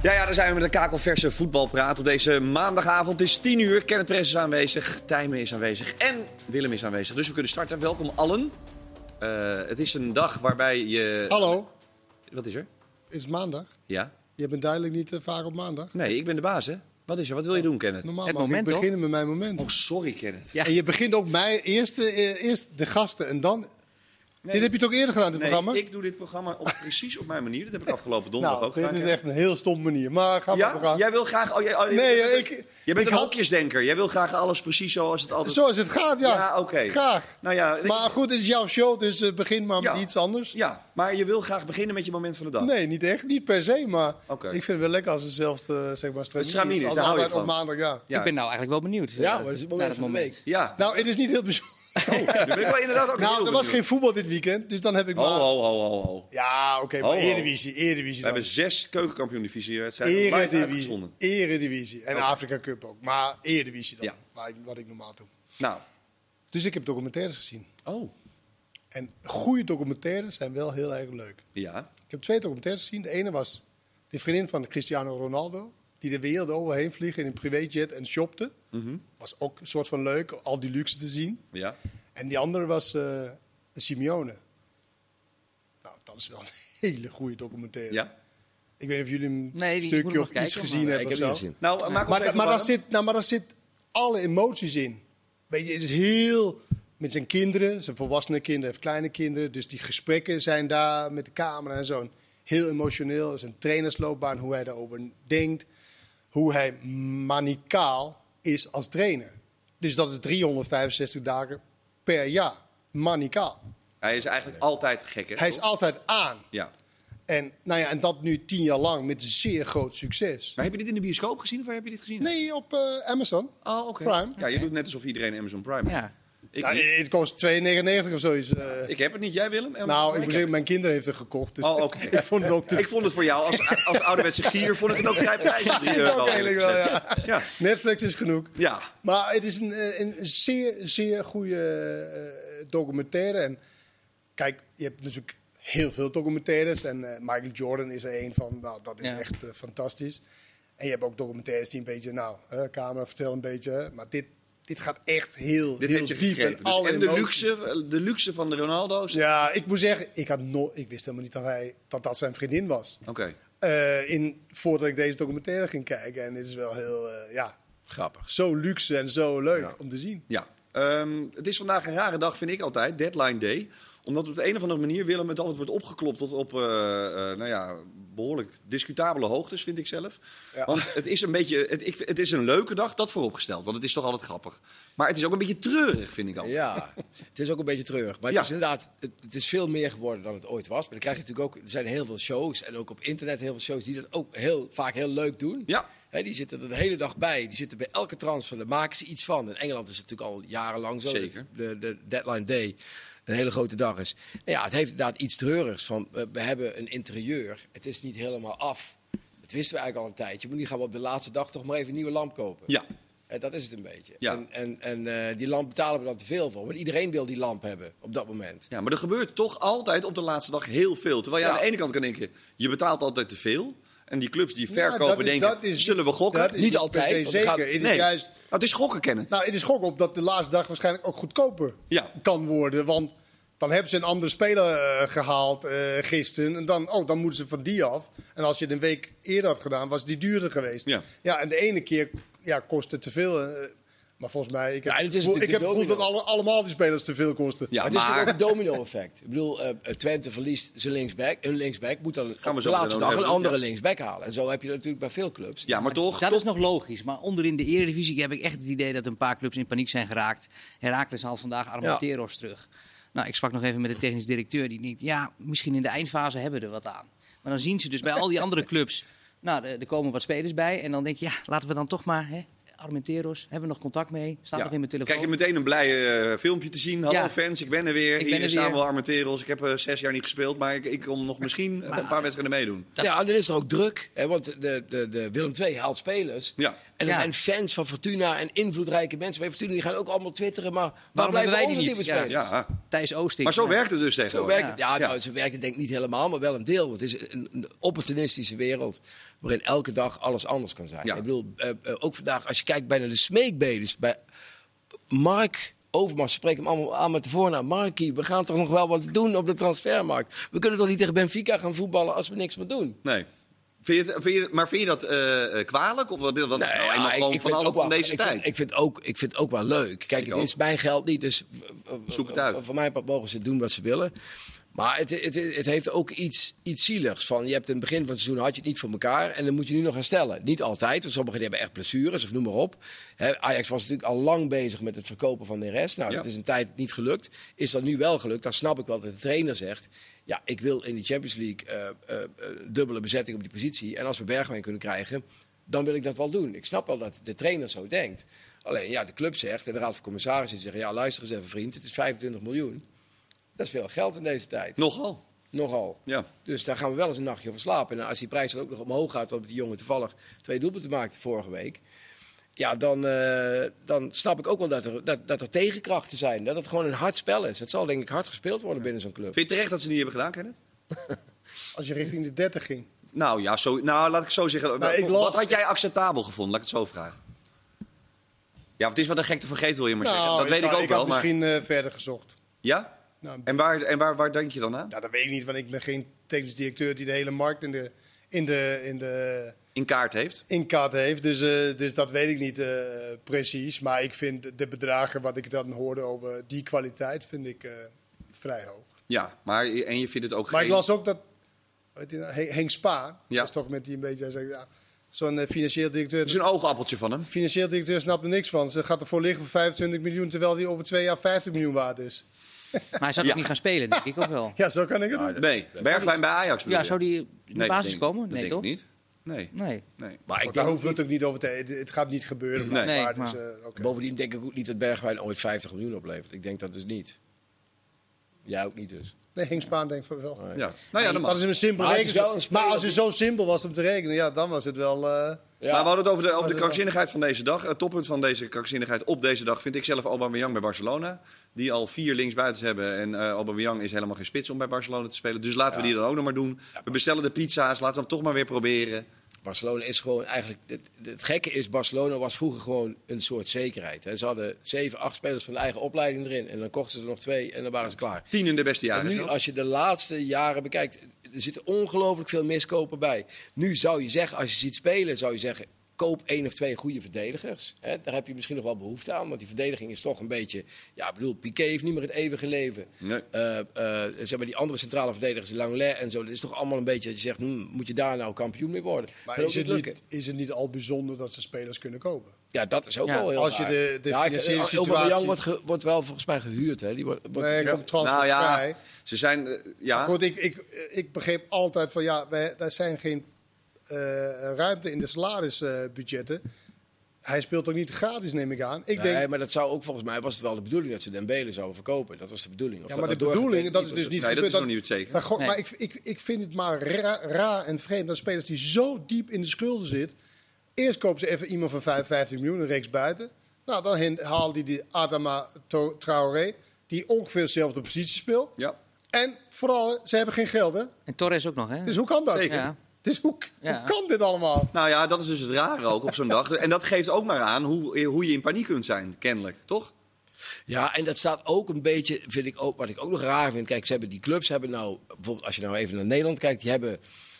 Ja, daar zijn we met een kakelverse voetbalpraat op deze maandagavond. Het is 10:00, Kenneth Press is aanwezig, Tijmen is aanwezig en Willem is aanwezig. Dus we kunnen starten. Welkom allen. Het is een dag waarbij je... Hallo. Wat is er? Is het maandag? Ja? Je bent duidelijk niet vaak op maandag. Nee, ik ben de baas, hè? Wat is er? Wat wil je doen, Kenneth? Normaal Het mag moment, ik beginnen met mijn moment. Oh, sorry, Kenneth. Ja. En je begint ook mij eerst de gasten en dan... Nee, Dit heb je toch eerder gedaan, dit programma? ik doe dit programma precies op mijn manier. Dat heb ik afgelopen donderdag Nou, ook gedaan. dit is echt een heel stom manier. Maar ga maar Ja? gaan. Jij wil graag... Nee, Jij bent ik een had- hokjesdenker. Jij wil graag alles precies zoals het altijd... Zoals het gaat, ja. Ja, oké. Graag. Nou ja, Maar goed, het is jouw show, dus begin maar Ja. met iets anders. ja, maar je wil graag beginnen met je moment van de dag. Nee, niet echt. Niet per se, maar Oké. ik vind het wel lekker als het zelf, zeg maar, stramien is, Als daar hou je altijd op van. maandag, ja. Ja. Ik ben nou eigenlijk wel benieuwd. Ja, maar het is het moment naar van de week. Ja, Nou, het is niet heel bijzonder. nu ben ik wel inderdaad ook heel Nou, er was benieuwd. geen voetbal dit weekend, dus dan heb ik maar... Ho. Ja, oké, maar Ho, ho. Eredivisie We dan. hebben 6 keukenkampioen-divisiewedstrijden live uitgezonden. Eredivisie. En Afrika Cup ook. Maar Eredivisie dan, Ja. wat ik normaal doe. Nou, Dus ik heb documentaires gezien. oh, En goede documentaires zijn wel heel erg leuk. ja. Ik heb 2 documentaires gezien. De ene was de vriendin van Cristiano Ronaldo. Die de wereld overheen vliegen in een privéjet en shopte. Was ook een soort van leuk, al die luxe te zien. Ja. En die andere was de Simeone. Nou, dat is wel een hele goede documentaire. Ja. Ik weet niet of jullie een Nee, die moet stukje ik of nog iets kijken, gezien maar- hebben Ik of heb zo. niet gezien. Nou, maak ons Maar, even maar, warm. daar zit alle emoties in. Weet je, het is heel... Met zijn kinderen, zijn volwassene kinderen, heeft kleine kinderen. Dus die gesprekken zijn daar met de camera en zo. Heel emotioneel. Zijn trainersloopbaan, hoe hij daarover denkt. Hoe hij manicaal is als trainer. Dus dat is 365 dagen per jaar. Manicaal. Hij is eigenlijk altijd gek, hè? Hij is toch? altijd aan. Ja. En, nou ja, en dat nu 10 jaar lang met zeer groot succes. Maar heb je dit in de bioscoop gezien of waar heb je dit gezien? Nee, op Amazon. Oh, oké. Prime. Ja, je doet net alsof iedereen Amazon Prime heeft. Ja. Ik, Nou, niet. het kost 2,99 of zoiets. Ik heb het niet. Jij, Willem? Amazon Nou, ik Prime? moet zeggen, mijn kinderen heeft het gekocht. Dus Oh, oké. ik vond het ook te... Ik vond het voor jou als ouderwetse gier vond ik het ook vrij prijzig. 3 euro. ook eigenlijk wel, ja. Ja. Netflix is genoeg. Ja. Maar het is een zeer, zeer goede documentaire. En kijk, je hebt natuurlijk heel veel documentaires. En Michael Jordan is er een van. Nou, dat is Ja. echt fantastisch. En je hebt ook documentaires die een beetje, camera vertel een beetje. Hè, maar dit gaat echt heel, Dit heel heeft je diep. gegrepen. Dus, alle en de emoties. luxe van de Ronaldo's. Ja, ik moet zeggen, ik wist helemaal niet dat zijn vriendin was. Oké. Voordat ik deze documentaire ging kijken. En dit is wel heel, Grappig. zo luxe en zo leuk Ja. om te zien. Ja. Het is vandaag een rare dag, vind ik altijd. Deadline Day. Omdat op de een of andere manier Willem het altijd wordt opgeklopt tot op behoorlijk discutabele hoogtes, vind ik zelf. Ja. Want het is een beetje, het is een leuke dag, dat vooropgesteld. Want het is toch altijd grappig. Maar het is ook een beetje treurig, vind ik al. Ja, het is ook een beetje treurig. Maar Ja. het is inderdaad, het is veel meer geworden dan het ooit was. Maar dan krijg je natuurlijk ook, er zijn heel veel shows en ook op internet heel veel shows die dat ook vaak heel leuk doen. Ja. Hè, die zitten er de hele dag bij. Die zitten bij elke transfer, daar maken ze iets van. In Engeland is het natuurlijk al jarenlang zo. Zeker. De Deadline Day een hele grote dag is. Nou ja, het heeft inderdaad iets treurigs. Van, we hebben een interieur. Het is niet helemaal af. Dat wisten we eigenlijk al een tijdje. Maar nu gaan we op de laatste dag toch maar even een nieuwe lamp kopen. Ja. Dat is het een beetje. Ja. En die lamp betalen we dan te veel voor. Want iedereen wil die lamp hebben op dat moment. Ja, maar er gebeurt toch altijd op de laatste dag heel veel. Terwijl je Ja. aan de ene kant kan denken, je betaalt altijd te veel. En die clubs die Ja, verkopen denken, zullen we gokken? dat is Niet altijd, per se want het gaat- zeker. Het is Nee, juist, nou, het is gokken, Kenneth. nou, het is gok op dat de laatste dag waarschijnlijk ook goedkoper Ja. kan worden. Want dan hebben ze een andere speler gehaald gisteren. En dan moeten ze van die af. En als je het een week eerder had gedaan, was die duurder geweest. Ja. En de ene keer kost het te veel. Maar volgens mij, ik heb Ja, en het is ik heb natuurlijk het gevoel de dat domino. allemaal die spelers te veel kosten. Ja, Maar het is maar natuurlijk ook een domino-effect. Ik bedoel, Twente verliest zijn linksback. Hun linksback moet dan Gaan we op zo de laatste meteen dag nog een even andere doen, ja. linksback halen. En zo heb je dat natuurlijk bij veel clubs. ja, maar toch, Dat toch is nog logisch. Maar onderin de Eredivisie heb ik echt het idee dat een paar clubs in paniek zijn geraakt. Heracles haalt vandaag Armenteros terug. Nou, ik sprak nog even met de technisch directeur. Die denkt, ja, misschien in de eindfase hebben we er wat aan. Maar dan zien ze dus bij al die andere clubs, nou, er komen wat spelers bij. En dan denk je, ja, laten we dan toch maar Armenteros, hebben we nog contact mee? Staat nog in mijn telefoon. Krijg je meteen een blij filmpje te zien. Hallo fans, ik ben er weer. Hier is Samuel Armenteros. Ik heb 6 jaar niet gespeeld, maar ik kom nog misschien een paar wedstrijden meedoen. Ja, en dan is er ook druk. Hè, want de Willem II haalt spelers. Ja. En er zijn fans van Fortuna en invloedrijke mensen bij Fortuna. Die gaan ook allemaal twitteren. Maar waar blijven wij onze die nieuwe niet? spelers? Ja. Thijs Oosting. Maar zo werkt het dus tegenwoordig. Zo werkt het. Nou, zo werkt het denk ik niet helemaal, maar wel een deel. Want het is een opportunistische wereld waarin elke dag alles anders kan zijn. Ja. Ik bedoel, ook vandaag, als je kijkt bijna de smeekbedes bij Mark Overmars, spreek hem allemaal aan met de voornaam. Markie, we gaan toch nog wel wat doen op de transfermarkt. We kunnen toch niet tegen Benfica gaan voetballen als we niks meer doen? Nee. Vind je dat kwalijk? Of dat is nou eenmaal gewoon van alle van deze tijd? Ik vind het ook wel leuk. Kijk, het is mijn geld niet, dus zoek het uit. Voor mij mogen ze doen wat ze willen. Maar het heeft ook iets zieligs. Van, je hebt in het begin van het seizoen had je het niet voor elkaar. En dan moet je nu nog herstellen. Niet altijd, want sommigen hebben echt blessures of noem maar op. Ajax was natuurlijk al lang bezig met het verkopen van de rest. Nou, dat is een tijd niet gelukt. Is dat nu wel gelukt? Dan snap ik wel dat de trainer zegt... Ja, ik wil in de Champions League dubbele bezetting op die positie. En als we Bergwijn kunnen krijgen, dan wil ik dat wel doen. Ik snap wel dat de trainer zo denkt. Alleen, ja, de club zegt en de raad van commissarissen zeggen... Ja, luister eens even vriend, het is 25 miljoen. Dat is veel geld in deze tijd. Nogal. Ja. Dus daar gaan we wel eens een nachtje over slapen. En als die prijs dan ook nog omhoog gaat, want die jongen toevallig 2 doelpunten maakte vorige week. Ja, dan snap ik ook wel dat er tegenkrachten zijn. Dat het gewoon een hard spel is. Het zal denk ik hard gespeeld worden binnen zo'n club. Vind je terecht dat ze het niet hebben gedaan, Kenneth? Als je richting de 30 ging. Nou ja, laat ik zo zeggen. Wat had jij acceptabel gevonden? Laat ik het zo vragen. Ja, het is wat een gekte vergeet, wil je maar zeggen. Dat weet ik ook ik wel. had misschien verder gezocht. Ja? Nou, En waar denk je dan aan? Ja, dat weet ik niet, want ik ben geen technisch directeur die de hele markt In kaart heeft? in kaart heeft. Dus dat weet ik niet precies. Maar ik vind de bedragen wat ik dan hoorde over die kwaliteit vind ik vrij hoog. Ja, en je vindt het ook Maar geen... ik las ook dat Henk Spaan, Ja. dat is toch met die een beetje, hij zei, ja, zo'n financieel directeur. Het is een oogappeltje van hem. Financieel directeur snapt er niks van. Ze gaat ervoor liggen voor 25 miljoen, terwijl die over 2 jaar 50 miljoen waard is. Maar hij zou toch niet gaan spelen, denk ik, of wel? Ja, zo kan ik het doen. Nee, Bergwijn bij Ajax bedoel Ja, je? zou die in de basis komen? Dat Nee, denk toch? ik niet. Nee. Nee. Maar ik Daar denk hoeven we het ook niet over te... Het gaat niet gebeuren. Nee. Maar, Nee, dus, maar- oké. Bovendien denk ik ook niet dat Bergwijn ooit 50 miljoen oplevert. Ik denk dat dus niet. Jij ook niet dus. Nee, Henk Spaan denkt van wel. Ja. Nou ja, dat Dat mag. is een simpel Maar het is wel een speler Maar als het die- zo simpel was om te rekenen, ja, dan was het wel... Ja. Maar we hadden het over de het krankzinnigheid van deze dag. Het toppunt van deze krankzinnigheid op deze dag vind ik zelf Aubameyang bij Barcelona. Die al 4 linksbuitens hebben. En Aubameyang is helemaal geen spits om bij Barcelona te spelen. Dus laten we die dan ook nog maar doen. We bestellen de pizza's, laten we hem toch maar weer proberen. Barcelona is gewoon eigenlijk... Het gekke is, Barcelona was vroeger gewoon een soort zekerheid. Hè. Ze hadden 7, 8 spelers van de eigen opleiding erin. En dan kochten ze er nog 2 en dan waren ze klaar. 10 in de beste En jaren. nu, zelfs. als je de laatste jaren bekijkt, er zitten ongelooflijk veel miskopen bij. Nu zou je zeggen, als je ziet spelen, zou je zeggen... Koop 1 of 2 goede verdedigers. Hè, daar heb je misschien nog wel behoefte aan. Want die verdediging is toch een beetje... Ja, ik bedoel, Piqué heeft niet meer het eeuwige leven. Nee. Zeg maar die andere centrale verdedigers, Langlais en zo. Dat is toch allemaal een beetje dat je zegt... moet je daar nou kampioen mee worden? Maar Wil is het, dit lukken? is het niet al bijzonder dat ze spelers kunnen kopen? Ja, dat is ook Ja, wel heel als je raar. de Ja, financiële Aubameyang situatie- wordt wel volgens mij gehuurd. Hè? Die wordt Nee, Ja. komt transfervrij. Nou ja, ze zijn... ja. Goed, ik begreep altijd van ja, daar zijn geen ruimte in de salarisbudgetten. Hij speelt ook niet gratis, neem ik aan. Ik Nee, denk, maar dat zou ook volgens mij was het wel de bedoeling dat ze Dembele zouden verkopen. Dat was de bedoeling. Of ja, dat maar de nou doorgaat, bedoeling, weet dat ik is dus niet Nee, dat gebeurd. is nog niet zeker. Maar, god, Nee. maar ik vind het maar raar en vreemd dat spelers die zo diep in de schulden zitten. Eerst kopen ze even iemand van 55 miljoen, een reeks buiten. Nou, dan haal die Adama Traoré, die ongeveer dezelfde positie speelt. Ja. En vooral, ze hebben geen geld, hè? En Torres ook nog, hè? Dus hoe kan dat? Zeker. Ja. Dus hoe kan dit allemaal? Nou ja, dat is dus het rare ook op zo'n dag. En dat geeft ook maar aan hoe je in paniek kunt zijn, kennelijk. Toch? Ja, en dat staat ook een beetje, vind ik ook, wat ik ook nog raar vind. Kijk, die clubs hebben nou, bijvoorbeeld als je nou even naar Nederland kijkt, die hebben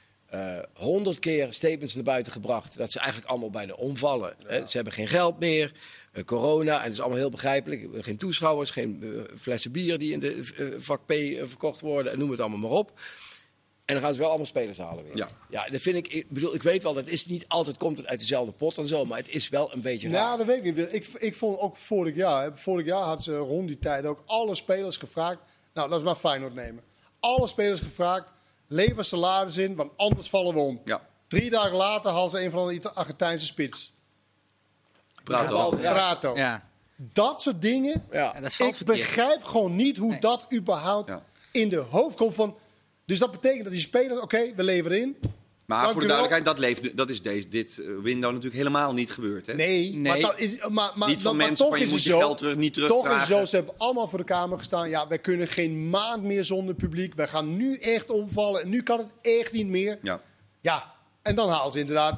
100 keer statements naar buiten gebracht dat ze eigenlijk allemaal bijna omvallen. Hè? Ze hebben geen geld meer, corona, en dat is allemaal heel begrijpelijk. Geen toeschouwers, geen flessen bier die in de vak P verkocht worden, en noem het allemaal maar op. En dan gaan ze wel allemaal spelers halen weer. Ja, dat vind ik bedoel, ik weet wel, dat is niet altijd, komt het uit dezelfde pot en zo, maar het is wel een beetje raar. Ja, dat weet ik niet. Ik vond ook vorig jaar had ze rond die tijd ook alle spelers gevraagd. Nou, laten we maar Feyenoord nemen. Alle spelers gevraagd, lever salaris in, want anders vallen we om. Ja. 3 dagen later halen ze een van de Argentijnse spits. Prato. Ja. Dat soort dingen. Ja, dat valt Ik verkeerd. begrijp gewoon niet hoe dat überhaupt in de hoofd komt van... Dus dat betekent dat die spelers, oké, we leveren in. Maar Dank voor de u wel. duidelijkheid, dat is dit window natuurlijk helemaal niet gebeurd. Hè? Nee. Maar, Niet van mensen toch van je is moet het je zo, geld niet toch is het terugvragen. zo, ze hebben allemaal voor de Kamer gestaan. Ja, wij kunnen geen maand meer zonder publiek. Wij gaan nu echt omvallen. En nu kan het echt niet meer. Ja. En dan halen ze inderdaad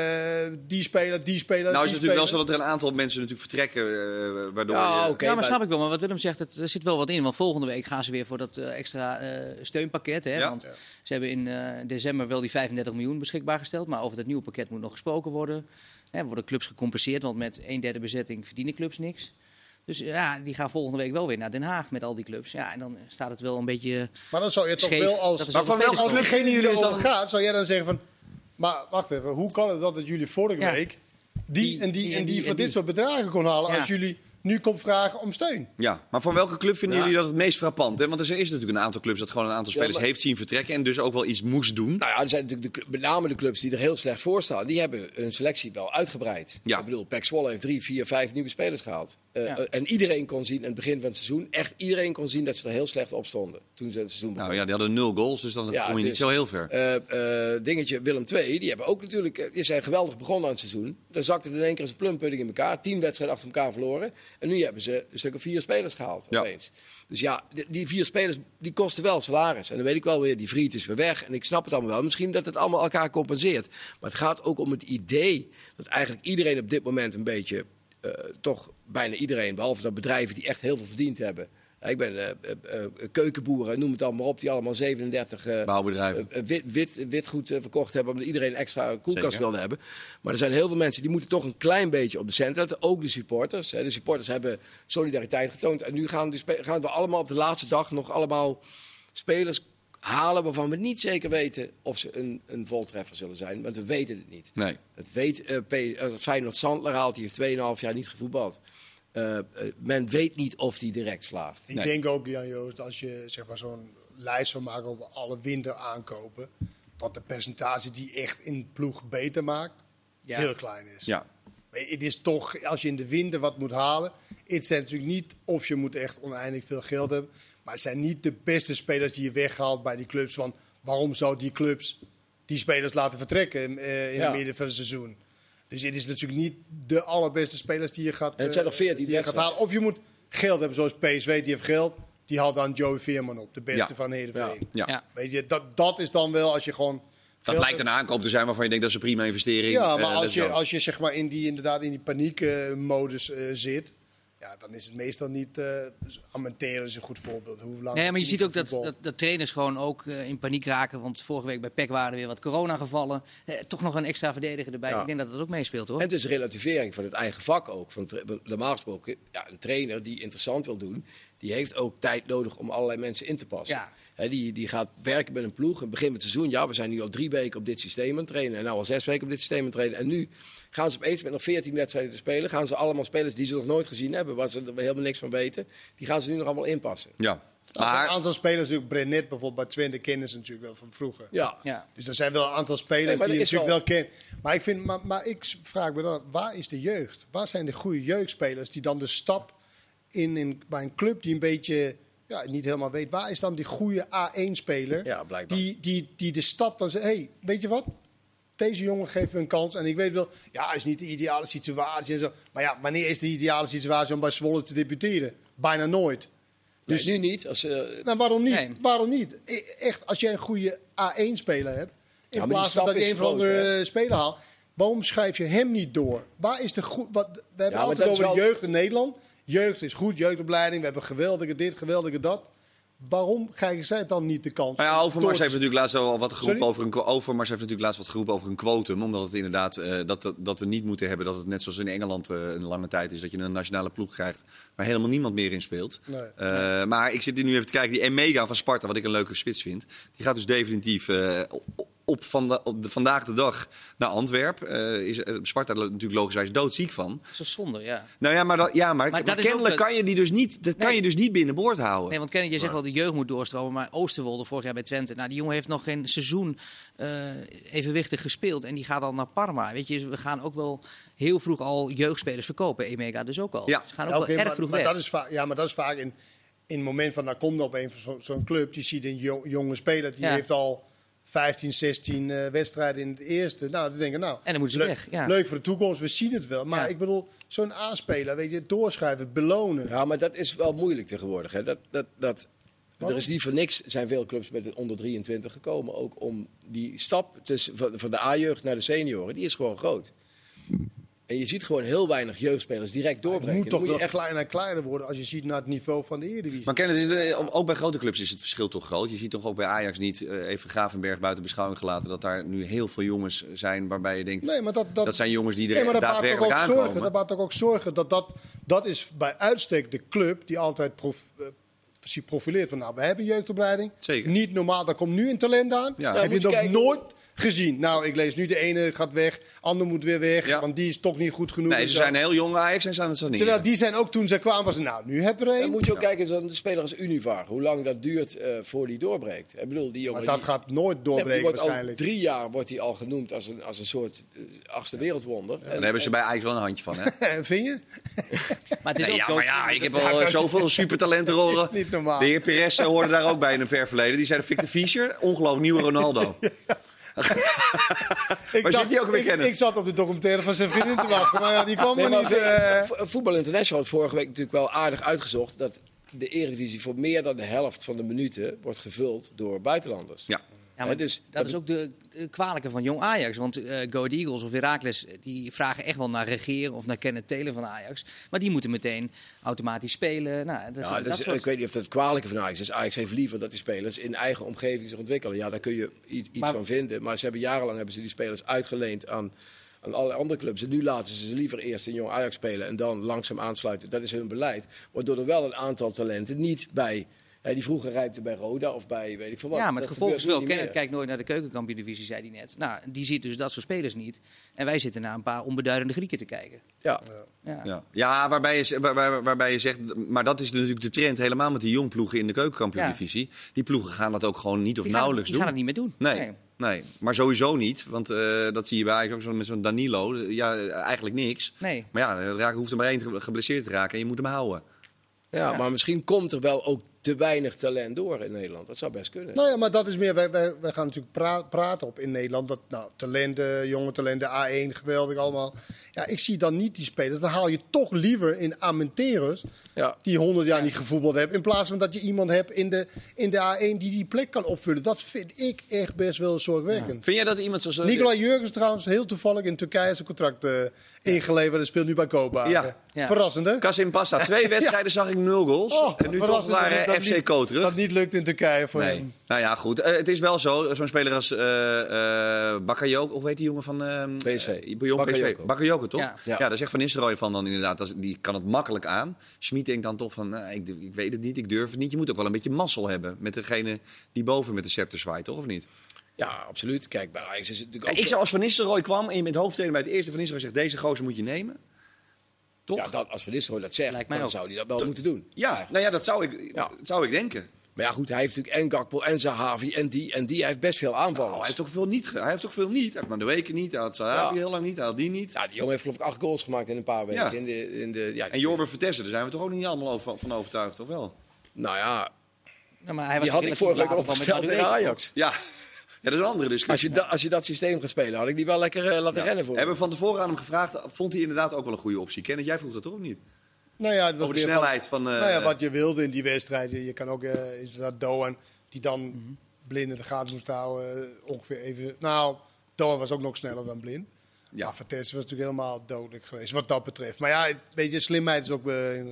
die speler. Nou is het natuurlijk wel zo dat er een aantal mensen natuurlijk vertrekken. Waardoor maar snap ik wel. Maar wat Willem zegt, er zit wel wat in. Want volgende week gaan ze weer voor dat extra steunpakket. Hè? Ja. Want ze hebben in december wel die 35 miljoen beschikbaar gesteld. Maar over dat nieuwe pakket moet nog gesproken worden. Hè, worden clubs gecompenseerd, want met 1/3 bezetting verdienen clubs niks. Dus ja, die gaan volgende week wel weer naar Den Haag met al die clubs. Ja, en dan staat het wel een beetje Maar dan zou je toch scheef. wel als... Dat Maar van welke club degene vinden die jullie het erover dan? gaat, zou jij dan zeggen van... Maar wacht even, hoe kan het dat jullie vorige week die voor dit soort bedragen kon halen... Ja. als jullie nu komt vragen om steun? Ja, maar van welke club vinden jullie dat het meest frappant? Hè? Want er is natuurlijk een aantal clubs dat gewoon een aantal spelers heeft zien vertrekken... en dus ook wel iets moest doen. Nou ja, er zijn natuurlijk met name de clubs die er heel slecht voor staan. Die hebben hun selectie wel uitgebreid. Ja. Ik bedoel, PEC Zwolle heeft 3, 4, 5 nieuwe spelers gehaald. En iedereen kon zien, aan het begin van het seizoen... echt iedereen kon zien dat ze er heel slecht op stonden. Toen ze het seizoen begonnen. Nou ja, die hadden 0 goals, dus dan kom je niet zo heel ver. Dingetje Willem II, die hebben ook natuurlijk... die zijn geweldig begonnen aan het seizoen. Dan zakte het in één keer als een plumpudding in elkaar. 10 wedstrijden achter elkaar verloren. En nu hebben ze een stuk of 4 spelers gehaald opeens. Dus ja, die 4 spelers die kosten wel salaris. En dan weet ik wel weer, die Vriet is weer weg. En ik snap het allemaal wel. Misschien dat het allemaal elkaar compenseert. Maar het gaat ook om het idee dat eigenlijk iedereen op dit moment een beetje... toch bijna iedereen, behalve dat bedrijven die echt heel veel verdiend hebben. Ik ben keukenboeren, noem het allemaal op, die allemaal 37 bouwbedrijven. Witgoed verkocht hebben, omdat iedereen extra koelkast Zeker. wilde hebben. Maar er zijn heel veel mensen die moeten toch een klein beetje op de cent letten. Ook de supporters. De supporters hebben solidariteit getoond. En nu gaan we allemaal op de laatste dag nog allemaal spelers halen waarvan we niet zeker weten of ze een voltreffer zullen zijn. Want we weten het niet. Nee. Dat weet Feyenoord Sandler haalt, die heeft 2,5 jaar niet gevoetbald. Men weet niet of die direct slaagt. Ik denk ook, Jan-Joost, als je zeg maar, zo'n lijst zou maken over alle winter aankopen... dat de percentage die echt in ploeg beter maakt, heel klein is. Ja. Het is toch, als je in de winter wat moet halen... Het zijn natuurlijk niet of je moet echt oneindig veel geld hebben... maar het zijn niet de beste spelers die je weghaalt bij die clubs. Van waarom zou die clubs die spelers laten vertrekken in het midden van het seizoen? Dus het is natuurlijk niet de allerbeste spelers die je gaat, En het zijn nog 14 die je gaat halen. Of je moet geld hebben zoals PSV, die heeft geld. Die haalt dan Joey Veerman op, de beste van Heerenveen. Ja. Weet je, dat is dan wel als je gewoon... Dat lijkt een aankoop te zijn waarvan je denkt dat is een prima investering. Ja, maar let's go. als je zeg maar in die paniekmodus zit... Ja, dan is het meestal niet... Amenteren is een goed voorbeeld. Hoe lang Nee, maar je ziet ook voetbal. dat trainers gewoon ook in paniek raken. Want vorige week bij PEC waren er weer wat coronagevallen. Toch nog een extra verdediger erbij. Ja. Ik denk dat dat ook meespeelt, hoor. En het is een relativering van het eigen vak ook. Normaal gesproken, een trainer die interessant wil doen... die heeft ook tijd nodig om allerlei mensen in te passen. Ja. Die gaat werken met een ploeg. In het begin van het seizoen, we zijn nu al 3 weken op dit systeem aan het trainen. En nou al 6 weken op dit systeem aan het trainen. En nu gaan ze opeens met nog 14 wedstrijden te spelen. Gaan ze allemaal spelers die ze nog nooit gezien hebben, waar ze er helemaal niks van weten. Die gaan ze nu nog allemaal inpassen. Ja. Maar een aantal spelers, natuurlijk Brenet bijvoorbeeld bij Twente, kennen ze natuurlijk wel van vroeger. Ja. Dus er zijn wel een aantal spelers maar die je er is natuurlijk wel kennen. Maar ik vraag me dan, waar is de jeugd? Waar zijn de goede jeugdspelers die dan de stap bij een club die een beetje niet helemaal weet, waar is dan die goede A1-speler Ja, blijkbaar. die de stap dan zegt, hey, weet je wat? Deze jongen geven we een kans. En ik weet wel, is niet de ideale situatie en zo. Maar ja, wanneer is de ideale situatie om bij Zwolle te debuteren? Bijna nooit. Dus nu niet. Nou, waarom niet? Nee. Waarom niet? Echt, als jij een goede A1-speler hebt, in maar plaats die van dat stap je is een of groot, andere speler haalt, waarom schrijf je hem niet door? Waar is de goed? We hebben maar altijd dat is over de wel- jeugd in Nederland. Jeugd is goed, jeugdopleiding. We hebben geweldige dit, geweldige dat. Waarom krijgen zij dan niet de kans? Nou ja, Overmars Door- heeft natuurlijk laatst wel wat geroepen Sorry? Overmars heeft natuurlijk laatst wat geroepen over een quotum. Omdat het inderdaad dat we niet moeten hebben dat het net zoals in Engeland een lange tijd is. Dat je een nationale ploeg krijgt waar helemaal niemand meer in speelt. Nee. Maar ik zit hier nu even te kijken. Die Emega van Sparta, wat ik een leuke spits vind. Die gaat dus definitief vandaag de dag naar Antwerpen. Is Sparta natuurlijk logischerwijs doodziek van. Dat is zonde, ja. Nou ja, maar dat is kennelijk ook kan je die dus niet, kan je dus niet binnenboord houden. Nee, want Kenneth, je zegt wel de jeugd moet doorstromen. Maar Oosterwolde vorig jaar bij Twente. Nou, die jongen heeft nog geen seizoen evenwichtig gespeeld. En die gaat al naar Parma. Weet je, we gaan ook wel heel vroeg al jeugdspelers verkopen. Emega dus ook al. Ja. Ze gaan ook wel erg vroeg weg. Maar dat is vaak in het moment van, nou komt op een van zo'n club. Die ziet een jonge speler, die heeft al 15, 16 wedstrijden in het eerste. Nou, dan denk ik, en dan moeten ze weg. Ja. Leuk voor de toekomst, we zien het wel. Maar ik bedoel, zo'n aanspeler, weet je, doorschrijven, belonen. Ja, maar dat is wel moeilijk tegenwoordig. Hè. Er is niet voor niks, zijn veel clubs met het onder 23 gekomen. Ook om die stap van de A-jeugd naar de senioren, die is gewoon groot. En je ziet gewoon heel weinig jeugdspelers direct doorbreken. Het moet toch wel echt kleiner en kleiner worden als je ziet naar het niveau van de Eredivisie. Maar Kenneth, ook bij grote clubs is het verschil toch groot. Je ziet toch ook bij Ajax niet, even Gravenberg buiten beschouwing gelaten, dat daar nu heel veel jongens zijn waarbij je denkt, nee, maar dat zijn jongens die er daadwerkelijk aankomen. Dat baat ook zorgen dat is bij uitstek de club die altijd profileert van, nou, we hebben jeugdopleiding. Zeker. Niet normaal, daar komt nu een talent aan. Ja. Heb je moet je dat kijken nooit gezien? Nou, ik lees nu de ene gaat weg, ander moet weer weg, want die is toch niet goed genoeg. Nee, ze zijn heel jong Ajax en staan het zo niet. Terwijl die zijn ook toen ze kwamen, was nou, nu hebben we er Dan één. moet je ook kijken, zo'n speler als Univar, hoe lang dat duurt voor die doorbrekt. Ik bedoel, die jongen, Maar dat gaat nooit doorbreken die wordt waarschijnlijk. al 3 jaar wordt hij al genoemd als een soort achtste wereldwonder. En daar hebben ze bij Ajax wel een handje van, hè? Vind je? Maar het is ook ik heb al zoveel supertalenten horen. Niet normaal. De heer Perez hoorde daar ook bij in een ver verleden. Die zei de Victor Fischer, ongelooflijk nieuwe Ronaldo. Waar zit die ook weer kennen? Ik zat op de documentaire van zijn vriendin te wachten, maar ja, die kwam maar niet. Voetbal International had vorige week natuurlijk wel aardig uitgezocht dat de Eredivisie voor meer dan de helft van de minuten wordt gevuld door buitenlanders. Ja. Ja, maar dus, dat is ook de kwalijke van jong Ajax. Want Go Ahead Eagles of Heracles die vragen echt wel naar Regeer of naar Kenneth Taylor van Ajax. Maar die moeten meteen automatisch spelen. Nou, ik weet niet of dat het kwalijke van Ajax is. Ajax heeft liever dat die spelers in eigen omgeving zich ontwikkelen. Ja, daar kun je iets van vinden. Maar jarenlang hebben ze die spelers uitgeleend aan alle andere clubs. En nu laten ze liever eerst in jong Ajax spelen en dan langzaam aansluiten. Dat is hun beleid. Waardoor er wel een aantal talenten niet bij... die vroeger rijpte bij Roda of bij weet ik veel wat. Ja, maar het gevolg is wel, Kenneth kijkt kijkt nooit naar de keukenkampioen-divisie, zei hij net. Nou, die ziet dus dat soort spelers niet. En wij zitten naar een paar onbeduidende Grieken te kijken. Ja, waarbij je zegt, maar dat is natuurlijk de trend helemaal met die jongploegen in de keukenkampioen-divisie. Die ploegen gaan dat ook gewoon niet of nauwelijks doen. Die gaan het niet meer doen. Nee, maar sowieso niet. Want dat zie je bij Ajax ook met zo'n Danilo. Ja, eigenlijk niks. Nee. Maar ja, hoeft er maar één geblesseerd te raken en je moet hem houden. Ja, maar misschien komt er wel ook te weinig talent door in Nederland. Dat zou best kunnen. Nou ja, maar dat is meer, wij gaan natuurlijk praten op in Nederland. Dat, nou, talenten, jonge talenten, A1, geweldig allemaal. Ja, ik zie dan niet die spelers. Dan haal je toch liever in Armenteros, die 100 jaar niet gevoetbald hebben. In plaats van dat je iemand hebt in de A1 die plek kan opvullen. Dat vind ik echt best wel zorgwekkend. Ja. Vind jij dat iemand zoals... Nicolai Jurgens trouwens, heel toevallig in Turkije zijn contract ingeleverd. En speelt nu bij Kopenhagen. Ja. Verrassend, hè? Kasim Passa, 2 wedstrijden zag ik 0 goals. En nu toch naar FC Koteren. Dat niet lukt in Turkije voor hem. Nou ja, goed. Het is wel zo. Zo'n speler als Bakayoko, of weet die jongen van PSV? Bakayoko, toch? Ja. Daar zegt Van Nistelrooy van dan inderdaad. Die kan het makkelijk aan. Schmid denkt dan toch van, ik weet het niet, ik durf het niet. Je moet ook wel een beetje mazzel hebben met degene die boven met de scepter zwaait, toch? Of niet? Ja, absoluut. Kijk, bij Ajax is het natuurlijk ook... Ik zou als Van Nistelrooy kwam en je bent hoofdtrainer bij het eerste Van Nistelrooy zegt, deze gozer moet je nemen. Toch? Ja, als Van Nistelrooy dat zegt, dan zou hij dat wel moeten doen. Ja, nou ja, dat zou ik denken. Maar ja, goed, hij heeft natuurlijk en Gakpo en Zahavi en die. Hij heeft best veel aanvallers. Hij heeft ook veel niet. Hij heeft maar de weken niet. Hij had Zahavi heel lang niet. Hij had die niet. Ja, die jongen heeft geloof ik 8 goals gemaakt in een paar weken. Ja. En Jorber Vertessen, daar zijn we toch ook niet allemaal van overtuigd, of wel? Nou ja, maar hij was die had ik vorige week al opgesteld tegen Ajax. Ja, dat is een andere discussie. Als je dat systeem gaat spelen, had ik die wel lekker laten rennen voor. Hebben we van tevoren aan hem gevraagd, vond hij inderdaad ook wel een goede optie. Kenneth, jij vroeg dat toch of niet? Nou ja, het was over de snelheid van... wat je wilde in die wedstrijd. Je kan ook inderdaad Doan, die dan Blind in de gaten moest houden. Ongeveer even... Nou, Doan was ook nog sneller dan Blind. Ja. Maar Vertessen was natuurlijk helemaal dodelijk geweest, wat dat betreft. Maar ja, weet je, slimheid is ook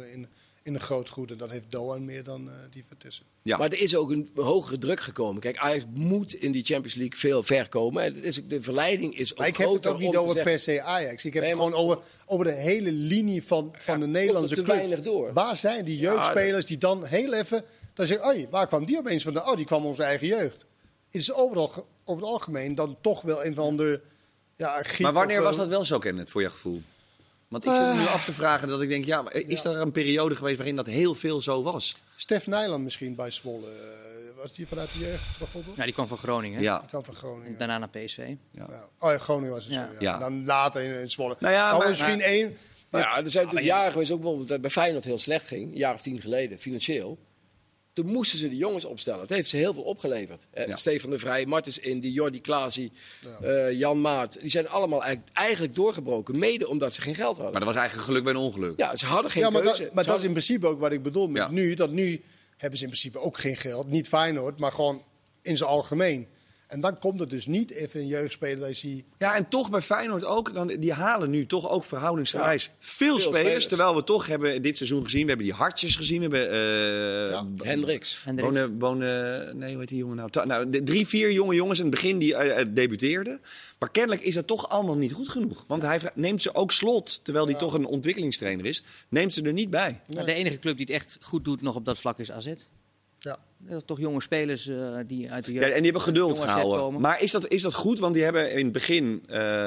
in een groot goed. En dat heeft Doan meer dan die Vertessen. Ja. Maar er is ook een hogere druk gekomen. Kijk, Ajax moet in die Champions League veel ver komen. De verleiding is ook groter. Ik heb het ook niet over per se Ajax. Ik heb het gewoon over de hele linie van de Nederlandse clubs. Weinig door. Waar zijn die jeugdspelers die dan heel even... Dan zeggen, waar kwam die opeens vandaan? Die kwam onze eigen jeugd. Het is over het algemeen dan toch wel een van de... Ja, griep Maar wanneer of, was dat wel zo, Kenneth, voor je gevoel? Want ik zit me nu af te vragen dat ik denk, is er een periode geweest waarin dat heel veel zo was? Stef Nijland misschien bij Zwolle. Was die vanuit de jeugd bijvoorbeeld? Ja, die kwam van Groningen. Ja. Die kwam van Groningen. Daarna naar PSV. Ja. Oh ja, Groningen was het Ja. zo. Ja. Ja. En dan later in Zwolle. Nou ja, maar- misschien één... Nou ja, er zijn natuurlijk jaren geweest, ook bijvoorbeeld dat bij Feyenoord heel slecht ging, een jaar of 10 geleden, financieel. Toen moesten ze de jongens opstellen. Dat heeft ze heel veel opgeleverd. Ja. Stefan de Vrij, Martens Indy, Jordi Klaasie, Jan Maat. Die zijn allemaal eigenlijk doorgebroken. Mede omdat ze geen geld hadden. Maar dat was eigenlijk geluk bij een ongeluk. Ja, ze hadden geen Ja, maar, keuze. maar dat is in principe ook wat ik bedoel met Ja. nu. Dat nu hebben ze in principe ook geen geld. Niet Feyenoord, maar gewoon in zijn algemeen. En dan komt het dus niet even een jeugdspeler dat je ziet... Ja, en toch bij Feyenoord ook. Die halen nu toch ook verhoudingsgewijs veel spelers. spelers. Terwijl we toch hebben dit seizoen gezien. We hebben die Hartjes gezien. We hebben... Hendricks. Nee, hoe heet die jongen nou? 3, 4 jonge jongens in het begin die debuteerden. Maar kennelijk is dat toch allemaal niet goed genoeg. Want hij neemt ze ook Slot, terwijl hij toch een ontwikkelingstrainer is, neemt ze er niet bij. Maar de enige club die het echt goed doet nog op dat vlak is AZ. Ja. Toch jonge spelers die uit de Ja, jeugd... en die hebben geduld jonge AZ gehouden. komen. Maar is dat goed? Want die hebben in het begin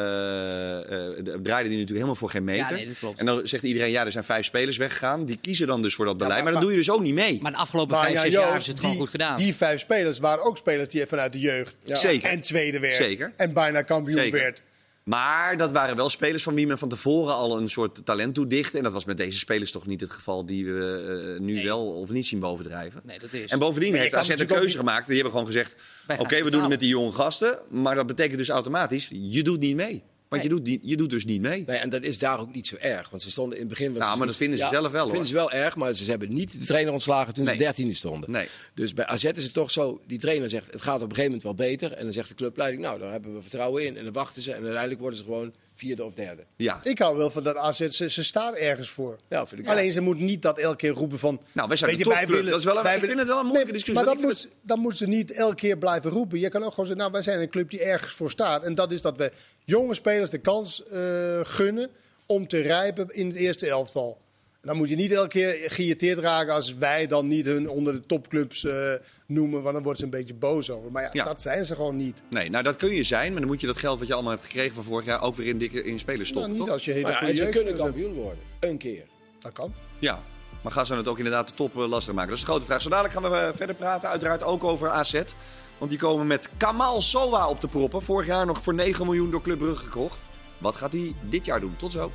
draaiden die natuurlijk helemaal voor geen meter. Ja, nee, dat klopt. En dan zegt iedereen, ja, er zijn 5 spelers weggegaan. Die kiezen dan dus voor dat beleid. maar- Maar dat doe je dus ook niet mee. Maar de afgelopen Maar 5, ja, 6 Joost, jaar is het gewoon goed gedaan. Die 5 spelers waren ook spelers die vanuit de jeugd Zeker. en tweede werd. Zeker. En bijna kampioen Zeker. werd. Maar dat waren wel spelers van wie men van tevoren al een soort talent toedichtte. En dat was met deze spelers toch niet het geval die we nu wel of niet zien bovendrijven. Nee, dat is. En bovendien Maar je heeft kan AZ een natuurlijk keuze ook gemaakt. Die hebben gewoon gezegd, Wij gaan oké, we doen het betalen. met die jonge gasten. Maar dat betekent dus automatisch, je doet niet mee. Want je doet dus niet mee. Nee, en dat is daar ook niet zo erg. Want ze stonden in het begin... van het Nou, maar dat vinden ze zelf wel, hoor. vinden ze wel erg, maar ze hebben niet de trainer ontslagen toen Nee. ze 13e stonden. Nee. Dus bij AZ is het toch zo, die trainer zegt, het gaat op een gegeven moment wel beter. En dan zegt de clubleiding, nou, daar hebben we vertrouwen in. En dan wachten ze en uiteindelijk worden ze gewoon 4e of 3e. Ja. Ik hou wel van dat AZ, ze staan ergens voor. Ja, vind ik Alleen ze moet niet dat elke keer roepen van... Nou, wij zijn weet de je, wij topclub. willen- Dat is wel wij ik vind het wel een Nee, moeilijke discussie. Maar want ik vind dan moet ze niet elke keer blijven roepen. Je kan ook gewoon zeggen, nou, wij zijn een club die ergens voor staat. En dat is dat we jonge spelers de kans gunnen om te rijpen in het eerste elftal. En dan moet je niet elke keer geïrriteerd raken als wij dan niet hun onder de topclubs noemen. Want dan worden ze een beetje boos over. Maar Ja. dat zijn ze gewoon niet. Nee, nou dat kun je zijn, maar dan moet je dat geld wat je allemaal hebt gekregen van vorig jaar ook weer in spelers Nou, stoppen, niet toch? als je hele Maar ja, goede en ze jeugd kunnen hebt. kampioen worden. Een keer. Dat kan. Ja, maar gaan ze het ook inderdaad de top lastig maken? Dat is de grote vraag. Zo dadelijk gaan we verder praten, uiteraard ook over AZ. Want die komen met Kamal Sowa op de proppen. Vorig jaar nog voor 9 miljoen door Club Brugge gekocht. Wat gaat hij dit jaar doen? Tot zo.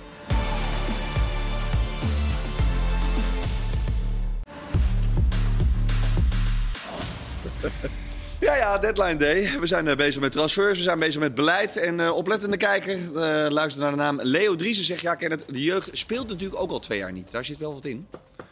Ja, deadline day. We zijn bezig met transfers, we zijn bezig met beleid. En oplettende kijker, luister naar de naam Leo Driessen, zegt ja, Kenneth, de jeugd speelt natuurlijk ook al 2 jaar niet. Daar zit wel wat in.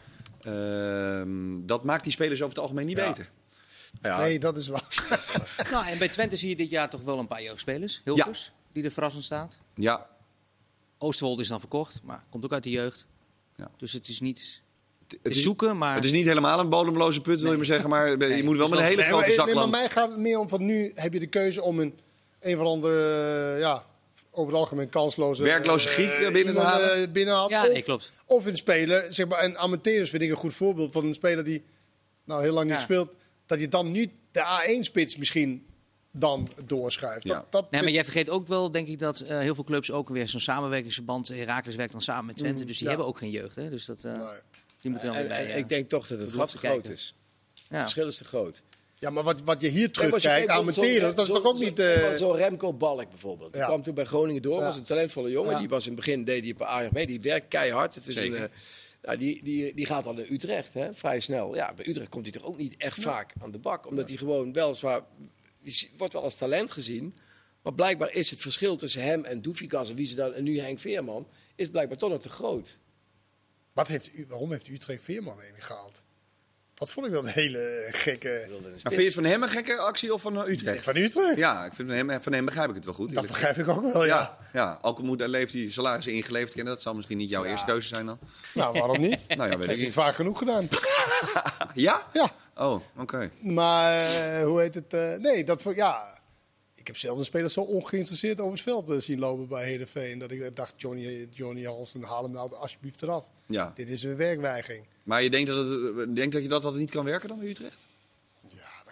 Dat maakt die spelers over het algemeen niet beter. Ja, Nee, dat is waar. Nou, en bij Twente zie je dit jaar toch wel een paar jeugdspelers. Hilgers, die er verrassend staat. Ja, Oosterwold is dan verkocht, maar komt ook uit de jeugd. Ja. Dus het is niet... het Het is zoeken, maar... Het is niet helemaal een bodemloze put, wil je maar zeggen. Maar je Nee, moet wel het met is een wel- hele grote zak maar land. mij gaat het meer om van nu heb je de keuze om een van de andere, over het algemeen kansloze... Werkloze Griek binnen te iemand, halen. binnenhaalt. Ja, Of- nee, klopt. Of een speler, zeg maar, en Amadeus vind ik een goed voorbeeld van een speler die nou heel lang niet Ja. speelt. Dat je dan nu de A1-spits misschien dan doorschuift. Ja. Dat Nee, maar jij vergeet ook wel, denk ik, dat heel veel clubs ook weer zo'n samenwerkingsverband... Heracles werkt dan samen met Twente, dus die ja. hebben ook geen jeugd. Hè? Dus dat, Nee. die moeten dan weer bij... en ik denk toch dat het dat gat moet te je groot kijken. is. Het ja. verschil is te groot. Ja, maar wat je hier Nee, maar als je terugkijkt, kijkt, Amadeus, dat is toch ook niet... Zo'n Remco Balk bijvoorbeeld. Die Ja. kwam toen bij Groningen door, Ja. was een talentvolle jongen. Ja. Die was in het begin, deed hij een aardig mee. Die werkt keihard. Het is Zeker. die gaat al naar Utrecht, hè, vrij snel. Ja, bij Utrecht komt hij toch ook niet echt vaak aan de bak. Omdat hij gewoon weliswaar... Die wordt wel als talent gezien. Maar blijkbaar is het verschil tussen hem en Doefikas en wie ze dan... En nu Henk Veerman, is blijkbaar toch nog te groot. Waarom heeft Utrecht Veerman heen gehaald? Dat vond ik wel een hele gekke... Wilde een Maar spits. vind je het van hem een gekke actie of van Utrecht? Van Utrecht? Ja, ik vind van hem begrijp ik het wel goed. Dat begrijp ik ook wel, ja. Ja, ook al heeft hij salaris ingeleverd. Kennen, dat zal misschien niet jouw eerste keuze zijn dan. Nou, waarom niet? Nou ja, weet Dat ik heb ik niet. vaak genoeg gedaan. Ja? Ja, Oh, oké. maar hoe heet het? Nee, dat voor ja. Ik heb zelden een speler zo ongeïnteresseerd over het veld zien lopen bij Heerenveen. Dat ik dacht, Johnny Halsen, haal hem nou alsjeblieft eraf. Ja. Dit is een werkweigering. Maar je denkt dat je dat niet kan werken dan bij Utrecht? Ja, dat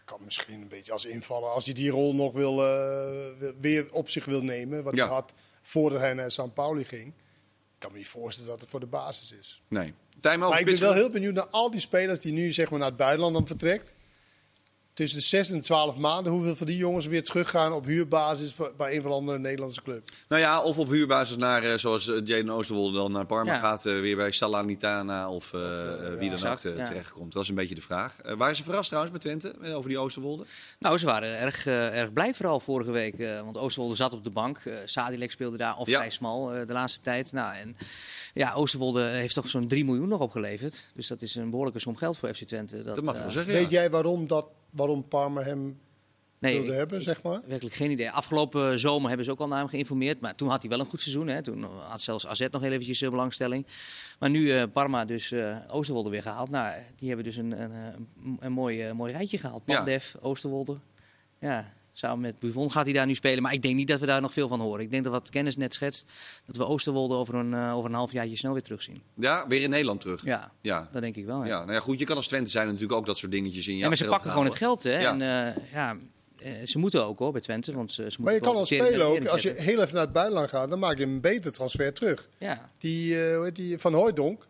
kan misschien een beetje als invallen. Als hij die rol nog weer op zich wil nemen. Wat hij had voordat hij naar St. Pauli ging. Ik kan me niet voorstellen dat het voor de basis is. Nee. Maar ik ben wel heel benieuwd naar al die spelers die nu zeg maar, naar het buitenland dan vertrekt. Tussen de 6 en 12 maanden, hoeveel van die jongens weer teruggaan op huurbasis bij een van de andere Nederlandse club? Nou ja, of op huurbasis naar, zoals Jadon Oosterwolde dan naar Parma gaat, weer bij Salernitana of wie dan ook terechtkomt. Dat is een beetje de vraag. Waren ze verrast trouwens bij Twente over die Oosterwolde? Nou, ze waren erg blij vooral vorige week. Want Oosterwolde zat op de bank. Sadilek speelde daar vrij smal de laatste tijd. Nou, en ja, Oosterwolde heeft toch zo'n 3 miljoen nog opgeleverd. Dus dat is een behoorlijke som geld voor FC Twente. Dat mag je wel zeggen, Weet jij waarom Parma hem wilde hebben, zeg maar? Werkelijk geen idee. Afgelopen zomer hebben ze ook al naar hem geïnformeerd. Maar toen had hij wel een goed seizoen. Hè. Toen had zelfs AZ nog heel eventjes belangstelling. Maar nu Parma dus Oosterwolde weer gehaald. Nou, die hebben dus een mooi rijtje gehaald. Pandev, Oosterwolde. Ja, samen met Buffon gaat hij daar nu spelen. Maar ik denk niet dat we daar nog veel van horen. Ik denk dat wat Kennis net schetst, dat we Oosterwolde over een halfjaartje snel weer terugzien. Ja, weer in Nederland terug. Ja. Dat denk ik wel. Ja. Ja, nou ja, goed, je kan als Twente zijn natuurlijk ook dat soort dingetjes in je maar ze pakken gewoon het geld, hè. Ja. En, ze moeten ook hoor bij Twente. Want ze maar je kan als speler ook, als je heel even naar het buitenland gaat, dan maak je een beter transfer terug. Ja. Die Van Hooijdonk.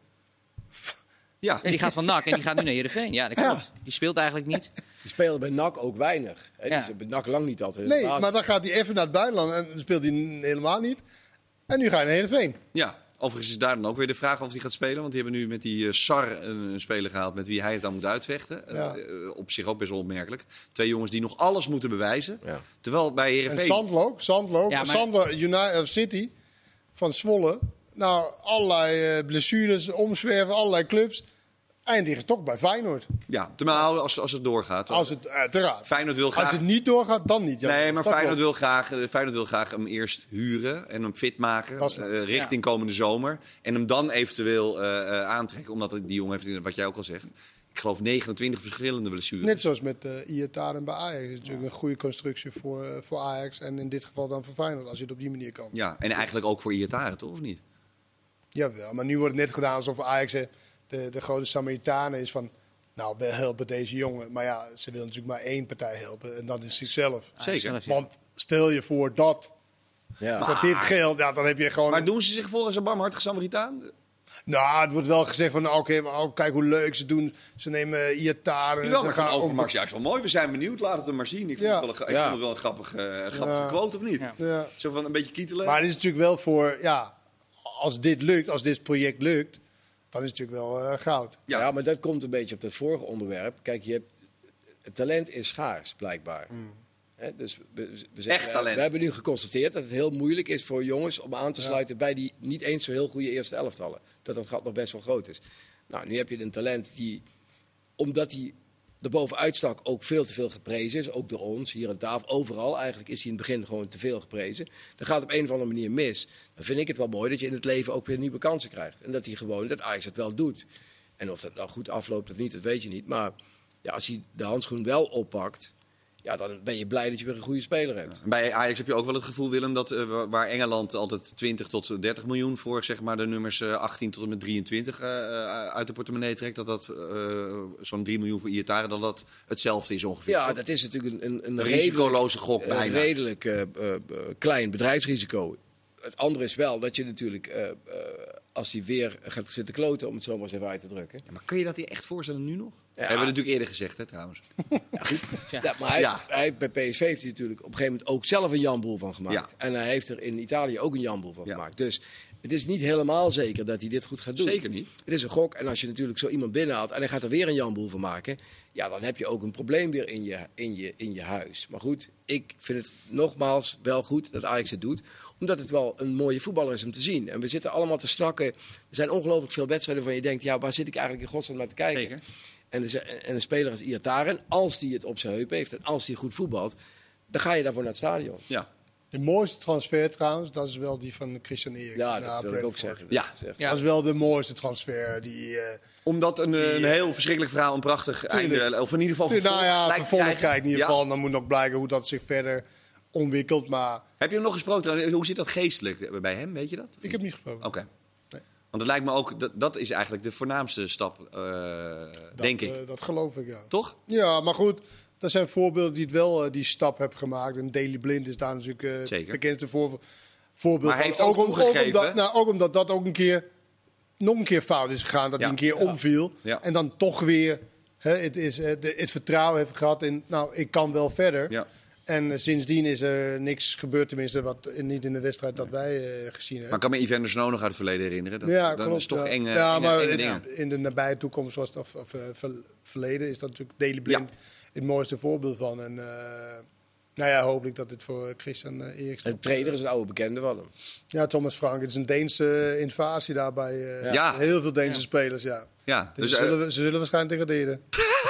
Ja, die gaat van NAC en die gaat nu naar Heerenveen. Ja, dat klopt. Die speelt eigenlijk niet. Die speelde bij NAC ook weinig. Hè? Die is bij NAC lang niet altijd. Nee, maar dan gaat hij even naar het buitenland en dan speelt hij helemaal niet. En nu ga je naar Heerenveen. Ja, overigens is daar dan ook weer de vraag of hij gaat spelen. Want die hebben nu met die Sar een speler gehaald met wie hij het dan moet uitvechten. Ja. Op zich ook best wel opmerkelijk. 2 jongens die nog alles moeten bewijzen. Ja. Terwijl bij Heerenveen... En Zandloop. Ja, Sander United City van Zwolle. Nou, allerlei blessures, omzwerven, allerlei clubs. Eindigen toch bij Feyenoord. Ja, terwijl als het doorgaat. Als het, uiteraard. Feyenoord wil graag... Als het niet doorgaat, dan niet. Nee, maar Feyenoord wil graag hem eerst huren en hem fit maken richting komende zomer. En hem dan eventueel aantrekken. Omdat die jongen heeft, wat jij ook al zegt, ik geloof 29 verschillende blessures. Net zoals met Iataren bij Ajax. Dat is natuurlijk een goede constructie voor Ajax. En in dit geval dan voor Feyenoord, als je het op die manier kan. Ja, en eigenlijk ook voor Iataren, toch? Of niet? Jawel, maar nu wordt het net gedaan alsof Ajax de grote Samaritanen is van... Nou, we helpen deze jongen. Maar ja, ze willen natuurlijk maar 1 partij helpen. En dat is zichzelf. Zeker. Want stel je voor dat... Voor dit geld, dan heb je gewoon... Maar doen ze zich voor als een barmhartige Samaritaan? Nou, het wordt wel gezegd van... kijk hoe leuk ze doen. Ze nemen Iataren. Wel, maar van Overmars juist wel mooi. We zijn benieuwd. Laat het hem maar zien. Ik vond het wel een grappige quote, of niet? Ja. Zo van een beetje kietelen. Maar het is natuurlijk wel voor... als dit lukt, als dit project lukt... Dan is het natuurlijk wel goud. Ja, maar dat komt een beetje op dat vorige onderwerp. Kijk, het talent is schaars, blijkbaar. Dus echt talent. We hebben nu geconstateerd dat het heel moeilijk is voor jongens om aan te sluiten bij die niet eens zo heel goede eerste elftallen. Dat gat nog best wel groot is. Nou, nu heb je een talent die, omdat hij er bovenuit stak, ook veel te veel geprezen is. Ook door ons, hier aan tafel. Overal eigenlijk is hij in het begin gewoon te veel geprezen. Dat gaat op een of andere manier mis. Dan vind ik het wel mooi dat je in het leven ook weer nieuwe kansen krijgt. En dat Ajax het wel doet. En of dat nou goed afloopt of niet, dat weet je niet. Maar ja, als hij de handschoen wel oppakt, dan ben je blij dat je weer een goede speler hebt. Ja. Bij Ajax heb je ook wel het gevoel, Willem, dat waar Engeland altijd 20 tot 30 miljoen voor zeg maar, de nummers 18 tot en met 23 uit de portemonnee trekt, dat zo'n 3 miljoen voor Iataren, dat hetzelfde is ongeveer. Ja, dat is natuurlijk een risicoloze gok bijna. Een redelijk klein bedrijfsrisico. Het andere is wel dat je natuurlijk, als hij weer gaat zitten kloten, om het zo maar eens even uit te drukken. Ja, maar kun je dat hier echt voorstellen nu nog? Ja. Hebben we natuurlijk eerder gezegd, hè, trouwens. Maar hij bij PSV heeft hij natuurlijk op een gegeven moment ook zelf een janboel van gemaakt. Ja. En hij heeft er in Italië ook een janboel van gemaakt. Dus het is niet helemaal zeker dat hij dit goed gaat doen. Zeker niet. Het is een gok. En als je natuurlijk zo iemand binnenhaalt en hij gaat er weer een janboel van maken, dan heb je ook een probleem weer in je huis. Maar goed, ik vind het nogmaals wel goed dat Ajax het doet. Omdat het wel een mooie voetballer is om te zien. En we zitten allemaal te snakken. Er zijn ongelooflijk veel wedstrijden waarvan je denkt, waar zit ik eigenlijk in godsnaam naar te kijken? Zeker. En een speler als Iataren, als die het op zijn heup heeft en als die goed voetbalt, dan ga je daarvoor naar het stadion. Ja. De mooiste transfer trouwens, dat is wel die van Christian Eriksen. Ja, dat wil ik ook zeggen. Ja. Dat is wel de mooiste transfer. Omdat een heel verschrikkelijk verhaal, een prachtig einde, of in ieder geval vervolg krijgt in ieder geval. Dan moet nog blijken hoe dat zich verder ontwikkelt. Maar... Heb je hem nog gesproken? Hoe zit dat geestelijk bij hem? Weet je dat? Ik heb niet gesproken. Oké. Want het lijkt me ook, dat is eigenlijk de voornaamste stap, denk ik. Dat geloof ik, ja. Toch? Ja, maar goed. dat zijn voorbeelden die het wel die stap hebben gemaakt. En Daley Blind is daar natuurlijk Zeker. het bekendste voorbeeld Maar hij van. heeft ook toegegeven. Ook omdat dat ook nog een keer fout is gegaan. Dat hij een keer omviel. Ja. En dan toch weer het vertrouwen heeft gehad in, ik kan wel verder. Ja. En sindsdien is er niks gebeurd, tenminste niet in de wedstrijd dat wij gezien hebben. Maar ik kan me Yvan Snow nog uit het verleden herinneren. Dat Klopt, is toch enge maar dingen. in de nabije toekomst was het, verleden, is dat natuurlijk Daley Blind het mooiste voorbeeld van. En hopelijk dat dit voor Christian Eriksen... En de trainer is een oude bekende van hem. Ja, Thomas Frank. Het is een Deense invasie daarbij. Heel veel Deense spelers, Ja, Dus ze zullen waarschijnlijk degraderen.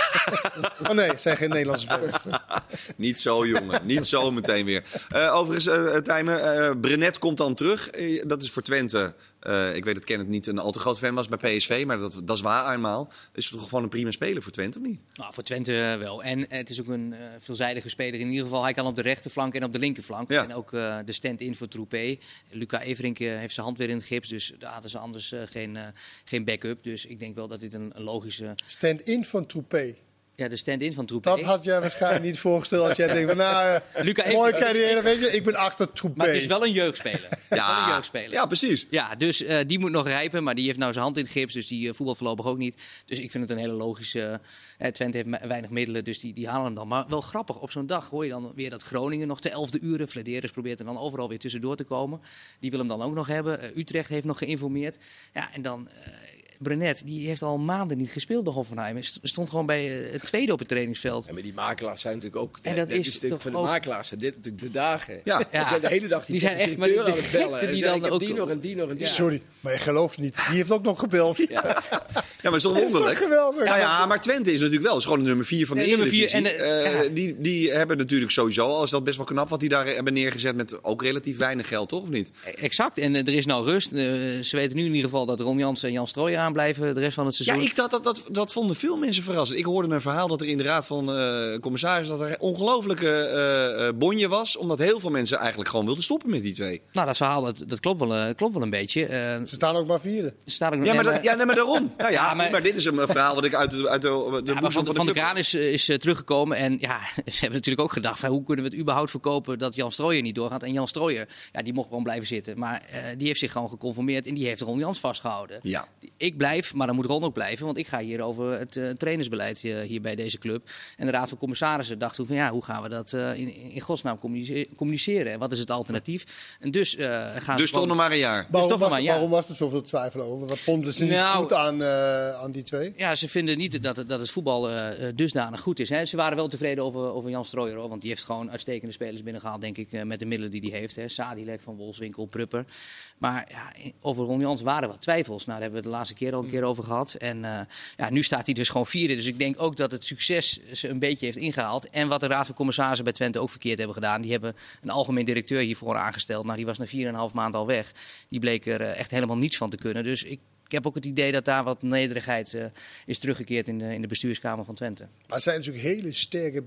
Oh nee, het zijn geen Nederlandse spelers. Niet zo, jongen. Niet zo meteen weer. Overigens, Tijmen, Brenet komt dan terug. Dat is voor Twente. Ik weet dat Kenneth niet een al te groot fan was bij PSV, maar dat is waar eenmaal. Is het toch gewoon een prima speler voor Twente, of niet? Nou, voor Twente wel. En het is ook een veelzijdige speler. In ieder geval, hij kan op de rechterflank en op de linkerflank. Ja. En ook de stand-in voor Troepé. Luca Everink heeft zijn hand weer in het gips, dus daar hadden ze anders geen backup. Dus ik denk wel dat dit een logische... Stand-in van Troepé. Ja, de stand-in van Troepé. Dat had jij waarschijnlijk niet voorgesteld als jij denkt van Luca mooie Everink- carrière, weet je, ik ben achter Troepé. Maar het is wel een jeugdspeler. Wel een jeugdspeler. Ja, precies. Ja, dus die moet nog rijpen, maar die heeft nou zijn hand in het gips, dus die voetbalt voorlopig ook niet. Dus ik vind het een hele logische... Twente heeft weinig middelen, dus die halen hem dan. Maar wel grappig, op zo'n dag hoor je dan weer dat Groningen nog te 11e uren. Flederis probeert er dan overal weer tussendoor te komen. Die wil hem dan ook nog hebben. Utrecht heeft nog geïnformeerd. Ja, en dan... Brenet, die heeft al maanden niet gespeeld bij Hoffenheim. Stond gewoon bij het tweede op het trainingsveld. Ja, maar die makelaars zijn natuurlijk ook... En dat is natuurlijk toch van de ook- makelaars zijn dit natuurlijk de dagen. Ja. Die zijn de hele dag Die zijn echt maar directeur de aan het bellen. gekte die En zeggen, dan ik heb ook- die nog en die nog en die. Ja. Sorry, maar je gelooft niet. Die heeft ook nog gebeld. Ja, maar is toch Dat is toch wonderlijk? geweldig? Maar Twente is natuurlijk wel. Is gewoon de nummer 4 van de nummer vier Eredivisie. Die hebben natuurlijk sowieso, al is dat best wel knap, wat die daar hebben neergezet met ook relatief weinig geld, toch? Of niet? Exact, en er is nou rust. Ze weten nu in ieder geval dat Ron Jans en Jan Strooijer aanblijven de rest van het seizoen. Dat vonden veel mensen verrassend. Ik hoorde een verhaal dat er in de raad van commissaris dat er een ongelofelijke bonje was, omdat heel veel mensen eigenlijk gewoon wilden stoppen met die twee. Nou, dat verhaal dat klopt wel een beetje. Ze staan ook maar vierde. Er staat ook nog- Maar daarom. Maar dit is een verhaal wat ik uit de Ja, maar Van der Kraan is teruggekomen en ja, ze hebben natuurlijk ook gedacht van, hoe kunnen we het überhaupt verkopen dat Jan Strooijer niet doorgaat. En Jan Strooijer, die mocht gewoon blijven zitten. Maar die heeft zich gewoon geconformeerd en die heeft Ron Jans vastgehouden. Ja. Ik blijf, maar dan moet Ron ook blijven, want ik ga hier over het trainersbeleid hier bij deze club. En de Raad van Commissarissen dacht toen van, hoe gaan we dat in godsnaam communiceren? En wat is het alternatief? En dus gaan Dus toch nog maar een jaar. Waarom was er zoveel twijfel over? Wat vonden ze niet goed aan die twee? Ja, ze vinden niet dat het voetbal dusdanig goed is. Hè. Ze waren wel tevreden over Jan Strooijer, hoor, want die heeft gewoon uitstekende spelers binnengehaald, denk ik, met de middelen die hij heeft. Hè. Sadilek, Van Wolfswinkel, Prupper. Maar over Ron Jans waren wat twijfels. Nou, daar hebben we het de laatste keer al een keer over gehad. En nu staat hij dus gewoon vierde. Dus ik denk ook dat het succes ze een beetje heeft ingehaald. En wat de Raad van Commissarissen bij Twente ook verkeerd hebben gedaan. Die hebben een algemeen directeur hiervoor aangesteld. Nou, die was na 4,5 maanden al weg. Die bleek er echt helemaal niets van te kunnen. Dus ik heb ook het idee dat daar wat nederigheid is teruggekeerd in de bestuurskamer van Twente. Maar het zijn natuurlijk hele sterke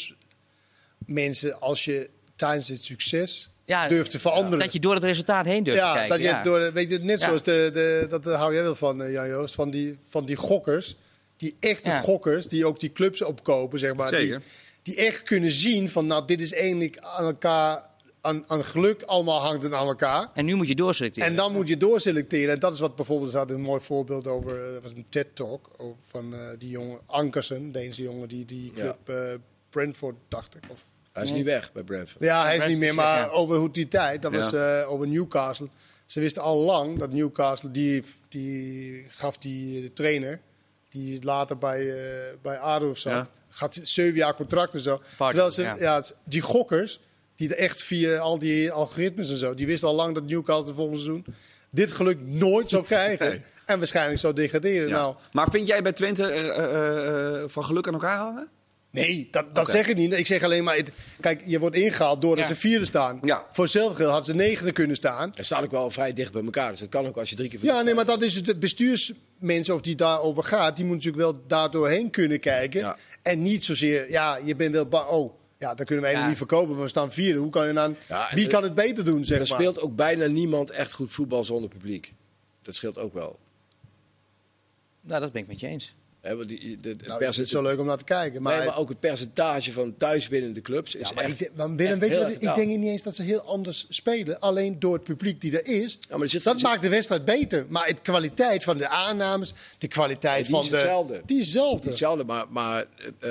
bestuursmensen als je tijdens het succes durft te veranderen. Dat je door het resultaat heen durft te kijken. Dat je weet je, net zoals dat hou jij wel van, Jan-Joost, van die gokkers, die echte gokkers, die ook die clubs opkopen, zeg maar. Zeker. Die echt kunnen zien van, nou, dit is eigenlijk aan elkaar, aan geluk, allemaal hangt het aan elkaar. En nu moet je doorselecteren. En dan moet je doorselecteren. En dat is wat bijvoorbeeld, ze hadden een mooi voorbeeld over, dat was een TED-talk, van die jongen, Ankersen, Deense jongen, die club Brentford, dacht ik. Of, Hij is nu weg bij Brentford. ja, hij is niet meer, maar ja. over hoe die tijd, dat was over Newcastle. Ze wisten al lang dat Newcastle, die gaf die trainer, die later bij ADO zat, gaat 7 jaar contract en zo. Pardon, Terwijl die gokkers, die er echt via al die algoritmes en zo, die wisten al lang dat Newcastle volgend seizoen dit geluk nooit zou krijgen. Nee. En waarschijnlijk zou degraderen. Ja. Nou, Maar vind jij bij Twente van geluk aan elkaar hangen? nee, dat zeg ik niet. Ik zeg alleen maar, kijk, je wordt ingehaald doordat ze vierde staan. Ja. Voor hetzelfde geld hadden ze negende kunnen staan. Er staan ook wel vrij dicht bij elkaar. Dus dat kan ook als je 3 keer... Ja, nee, maar dat is het bestuursmensen of die daarover gaat. Die moeten natuurlijk wel daardoor heen kunnen kijken. Ja. En niet zozeer, je bent wel bang. Oh, dan kunnen we eigenlijk niet verkopen, maar we staan vierde. Hoe kan je dan? Ja, en Wie kan het beter doen, zeg Er maar? speelt ook bijna niemand echt goed voetbal zonder publiek. Dat scheelt ook wel. Nou, dat ben ik met je eens. Want Het is zo leuk om naar te kijken. Maar ook het percentage van thuiswinnende clubs is maar echt... maar Willem, weet je, ik denk niet eens dat ze heel anders spelen. Alleen door het publiek die er is. Ja, maar dat maakt de wedstrijd beter. Maar de kwaliteit van de aannames, de kwaliteit die van is de... hetzelfde. Die is hetzelfde. Hetzelfde, maar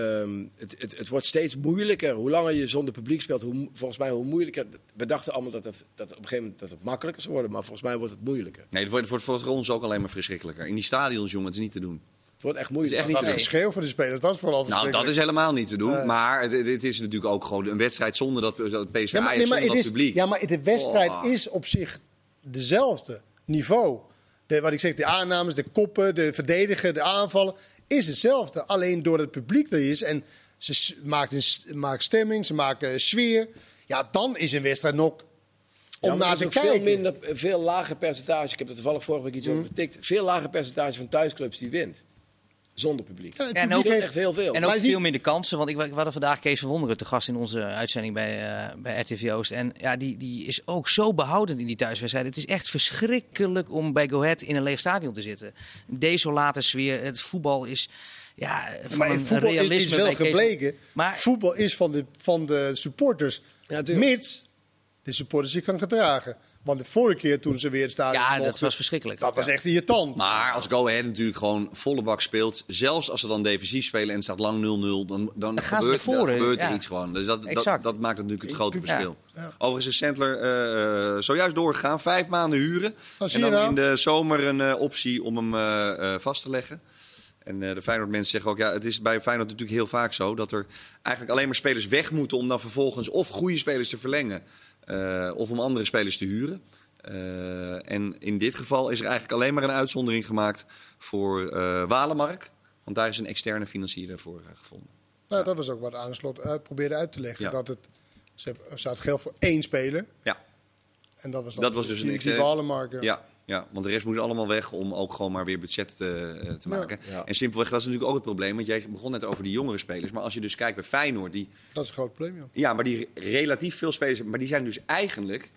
het wordt steeds moeilijker. Hoe langer je zonder publiek speelt, volgens mij hoe moeilijker... We dachten allemaal dat op een gegeven moment dat het makkelijker zou worden. Maar volgens mij wordt het moeilijker. Nee, het wordt voor ons ook alleen maar verschrikkelijker. In die stadions, jongen, het is niet te doen. Het wordt echt moeilijk. Het is echt Dat is een geschreeuw voor de spelers, dat is vooral Nou, dat is helemaal niet te doen. Maar het is natuurlijk ook gewoon een wedstrijd zonder dat PSV Ajax, zonder dat publiek. Ja, maar de wedstrijd is op zich dezelfde niveau. Wat ik zeg, de aannames, de koppen, de verdedigen, de aanvallen, is hetzelfde. Alleen door het publiek er is en ze maakt stemming, ze maken sfeer. Ja, dan is een wedstrijd nog om naar te kijken. Veel lager percentage, ik heb er toevallig vorige week iets over getikt, veel lager percentage van thuisclubs die wint. Zonder publiek. Ja, en ook echt heel veel. En ook veel minder kansen. Want we hadden vandaag Kees van Wonderen te gast in onze uitzending bij RTV Oost. En ja, die is ook zo behoudend in die thuiswedstrijd. Het is echt verschrikkelijk om bij Go Ahead in een leeg stadion te zitten. Een desolate sfeer. Het voetbal is... Ja, maar in voetbal is wel gebleken. Maar voetbal is van de supporters. Ja, mits de supporters zich kan gedragen. Want de vorige keer toen ze weer het stadion mochten, dat was verschrikkelijk. Dat was echt irritant. Maar als Go Ahead natuurlijk gewoon volle bak speelt, zelfs als ze dan defensief spelen en het staat lang 0-0, dan gebeurt er iets gewoon. Dus dat maakt natuurlijk het grote verschil. Ja. Overigens is Sandler zojuist doorgegaan, 5 maanden huren. En dan in de zomer een optie om hem vast te leggen. En de Feyenoord mensen zeggen ook, ja, het is bij Feyenoord natuurlijk heel vaak zo dat er eigenlijk alleen maar spelers weg moeten om dan vervolgens of goede spelers te verlengen. Of om andere spelers te huren. En in dit geval is er eigenlijk alleen maar een uitzondering gemaakt voor Walemark. Want daar is een externe financier daarvoor gevonden. Nou, dat was ook wat Aanslot probeerde uit te leggen. Ja. Dat ze had geld voor 1 speler. Ja. En dat was dus een externe Walemark. Ja, want de rest moet allemaal weg om ook gewoon maar weer budget te maken. Ja. En simpelweg, dat is natuurlijk ook het probleem. Want jij begon net over die jongere spelers. Maar als je dus kijkt bij Feyenoord... Dat is een groot probleem, ja. Ja, maar die relatief veel spelers... Maar die zijn dus eigenlijk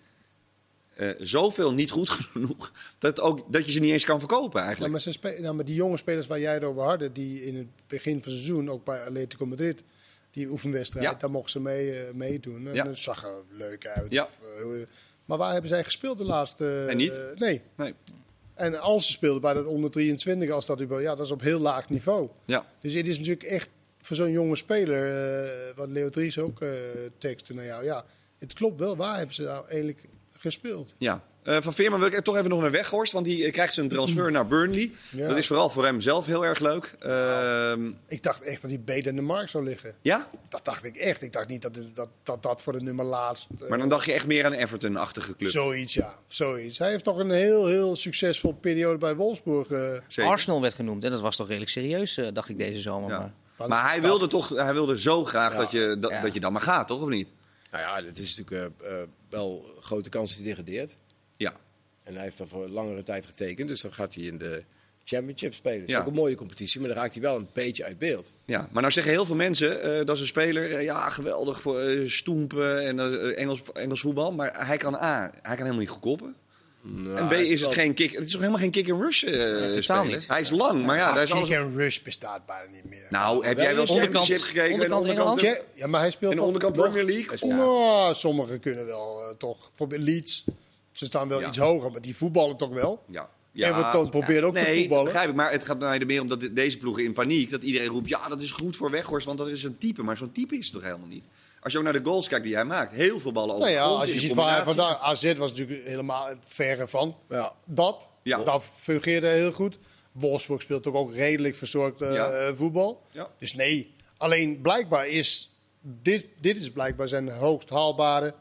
zoveel niet goed genoeg... Dat je ze niet eens kan verkopen eigenlijk. Ja, maar die jonge spelers waar jij het over had... die in het begin van het seizoen, ook bij Atletico Madrid... die oefenwedstrijd, daar mochten ze meedoen. En dat zag er leuk uit. Ja. Maar waar hebben zij gespeeld de laatste... En niet? Nee. En als ze speelden bij dat onder 23, dat is op heel laag niveau. Ja. Dus het is natuurlijk echt voor zo'n jonge speler, wat Leo Dries ook tekste naar jou. Ja, het klopt wel. Waar hebben ze nou eigenlijk gespeeld? Ja. Van Veerman wil ik toch even nog naar Weghorst, want die krijgt zijn transfer naar Burnley. Ja. Dat is vooral voor hem zelf heel erg leuk. Ik dacht echt dat hij beter in de markt zou liggen. Ja? Dat dacht ik echt. Ik dacht niet dat voor de nummer laatst... Maar dan dacht je echt meer aan een Everton-achtige club. Zoiets, ja. Zoiets. Hij heeft toch een heel succesvol periode bij Wolfsburg. Arsenal werd genoemd en dat was toch redelijk serieus, dacht ik deze zomer. Ja. Maar hij wilde zo graag dat je dan maar gaat, toch? Of niet? Nou ja, het is natuurlijk wel een grote kans dat hij degradeert. Ja. En hij heeft dan voor langere tijd getekend. Dus dan gaat hij in de Championship spelen. Dat is ook een mooie competitie, maar dan raakt hij wel een beetje uit beeld. Ja, maar nou zeggen heel veel mensen, dat is een speler, geweldig voor stoempen en Engels voetbal. Maar hij kan helemaal niet goed koppen. Nou, en B is het geen kick. Het is toch helemaal geen kick-and-rush speler? Hij is lang, maar daar is alles... Kick-and-rush bestaat bijna niet meer. Nou, heb jij wel Championship gekeken? En de onderkant? Ja, maar hij speelt in de onderkant Premier League? Sommigen kunnen wel toch proberen. Leeds, ze staan wel iets hoger, maar die voetballen toch wel? Ja. Everton probeert ook te voetballen. Begrijp ik. Maar het gaat mij er meer om dat deze ploegen in paniek, dat iedereen roept, ja, dat is goed voor Weghorst, want dat is een type. Maar zo'n type is het toch helemaal niet? Als je ook naar de goals kijkt die hij maakt, heel veel ballen over de grond. Als je ziet vandaag, AZ was natuurlijk helemaal verre van. Ja. Dat fungeerde heel goed. Wolfsburg speelt ook redelijk verzorgd voetbal. Ja. Dus nee, alleen blijkbaar is dit is blijkbaar zijn hoogst haalbare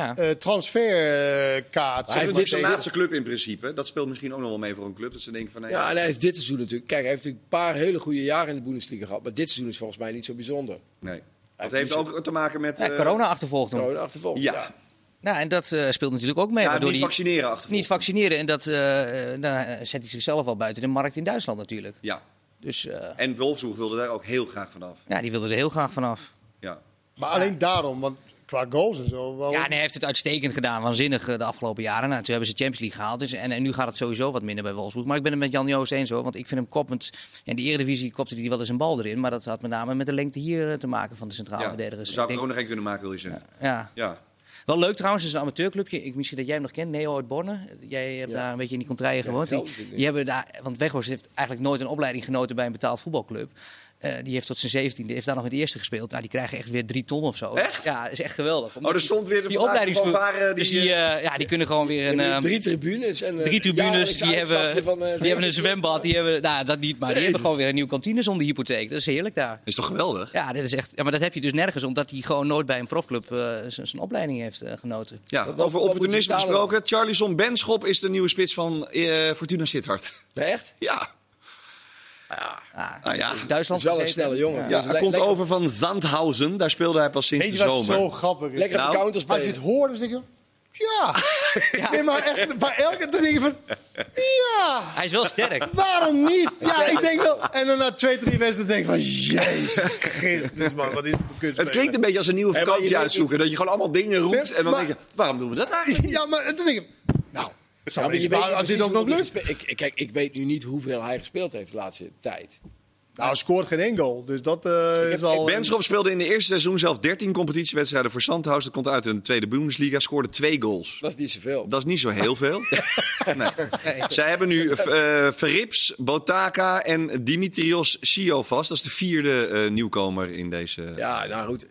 transferkaart. Hij heeft de laatste club in principe. Dat speelt misschien ook nog wel mee voor een club. Dat ze denken van, en hij heeft dit seizoen natuurlijk. Kijk, hij heeft natuurlijk een paar hele goede jaren in de Bundesliga gehad. Maar dit seizoen is volgens mij niet zo bijzonder. Nee. Dat heeft ook te maken met... corona-achtervolging. Corona-achtervolging, ja. Nou, en dat speelt natuurlijk ook mee. Ja, niet vaccineren achtervolging. Niet vaccineren. En dat zet hij zichzelf al buiten de markt in Duitsland natuurlijk. Ja. Dus, en Wolfsburg wilde daar ook heel graag vanaf. Ja, die wilde er heel graag vanaf. Ja. Maar alleen daarom, want qua goals en zo... waarom- Ja, nee, hij heeft het uitstekend gedaan. Waanzinnig de afgelopen jaren. Nou, toen hebben ze Champions League gehaald. Dus, en nu gaat het sowieso wat minder bij Wolfsburg. Maar ik ben het met Jan Joost eens hoor. Want ik vind hem koppend... Ja, in de Eredivisie kopte hij wel eens een bal erin. Maar dat had met name met de lengte hier te maken van de centrale verdedigers. Zou ik er ook nog één kunnen maken, wil je zeggen? Ja. Wel leuk trouwens, het is een amateurclubje. Misschien dat jij hem nog kent, Neo uit Borne. Jij hebt daar een beetje in die contraien gewoond. Die hebben daar, want Weghorst heeft eigenlijk nooit een opleiding genoten bij een betaald voetbalclub. Die heeft tot zijn 17e, heeft daar nog in het eerste gespeeld. Nou, die krijgen echt weer 3 ton of zo. Echt? Ja, dat is echt geweldig. Er stond weer de die opleidingsvaren. die... Dus die kunnen gewoon weer een... 3 tribunes. En, 3 tribunes, die hebben een zwembad. Die hebben, dat niet, maar die hebben gewoon weer een nieuwe kantine zonder hypotheek. Dat is heerlijk daar. Is toch geweldig? Ja, dit is echt, maar dat heb je dus nergens, omdat hij gewoon nooit bij een profclub zijn opleiding heeft genoten. Ja, over opportunisme gesproken. Charlison Benschop is de nieuwe spits van Fortuna Sittard. Echt? Ja. Duitsland is wel een snelle jongen. Ja, hij komt over van Zandhausen. Daar speelde hij pas sinds Weet de je wat zomer. zo grappig is? Lekker op de counter Als je spelen. het hoort, dan denk je... Ja. Nee, maar echt, bij elke dan denk je van... Ja. Hij is wel sterk. Waarom niet? Ja, ik denk wel... En dan na 2-3 wedstrijden denk ik van... Jezus Christus, man. Wat is het voor Het kunstspeler? klinkt een beetje als een nieuwe maar vakantie je weet uitzoeken. Dat je gewoon allemaal dingen roept en dan Maar- denk je... Waarom doen we dat eigenlijk? Ja, maar dan denk ik... Nou, het zou Ja, maar me je weet als dit precies ook nog hoe lukt. hij gespeeld- Kijk, ik weet nu niet hoeveel hij gespeeld heeft de laatste tijd. Nou, hij scoort geen één goal. Dus dat is wel... Benschop speelde in de eerste seizoen zelf 13 competitiewedstrijden voor Sandhausen. Dat komt uit in de tweede Bundesliga. Scoorde 2 goals. Dat is niet zoveel. Dat is niet zo heel veel. Nee. Zij hebben nu Verrips, Botaka en Dimitrios Siovas. Dat is de 4e nieuwkomer in deze... Ja, nou goed.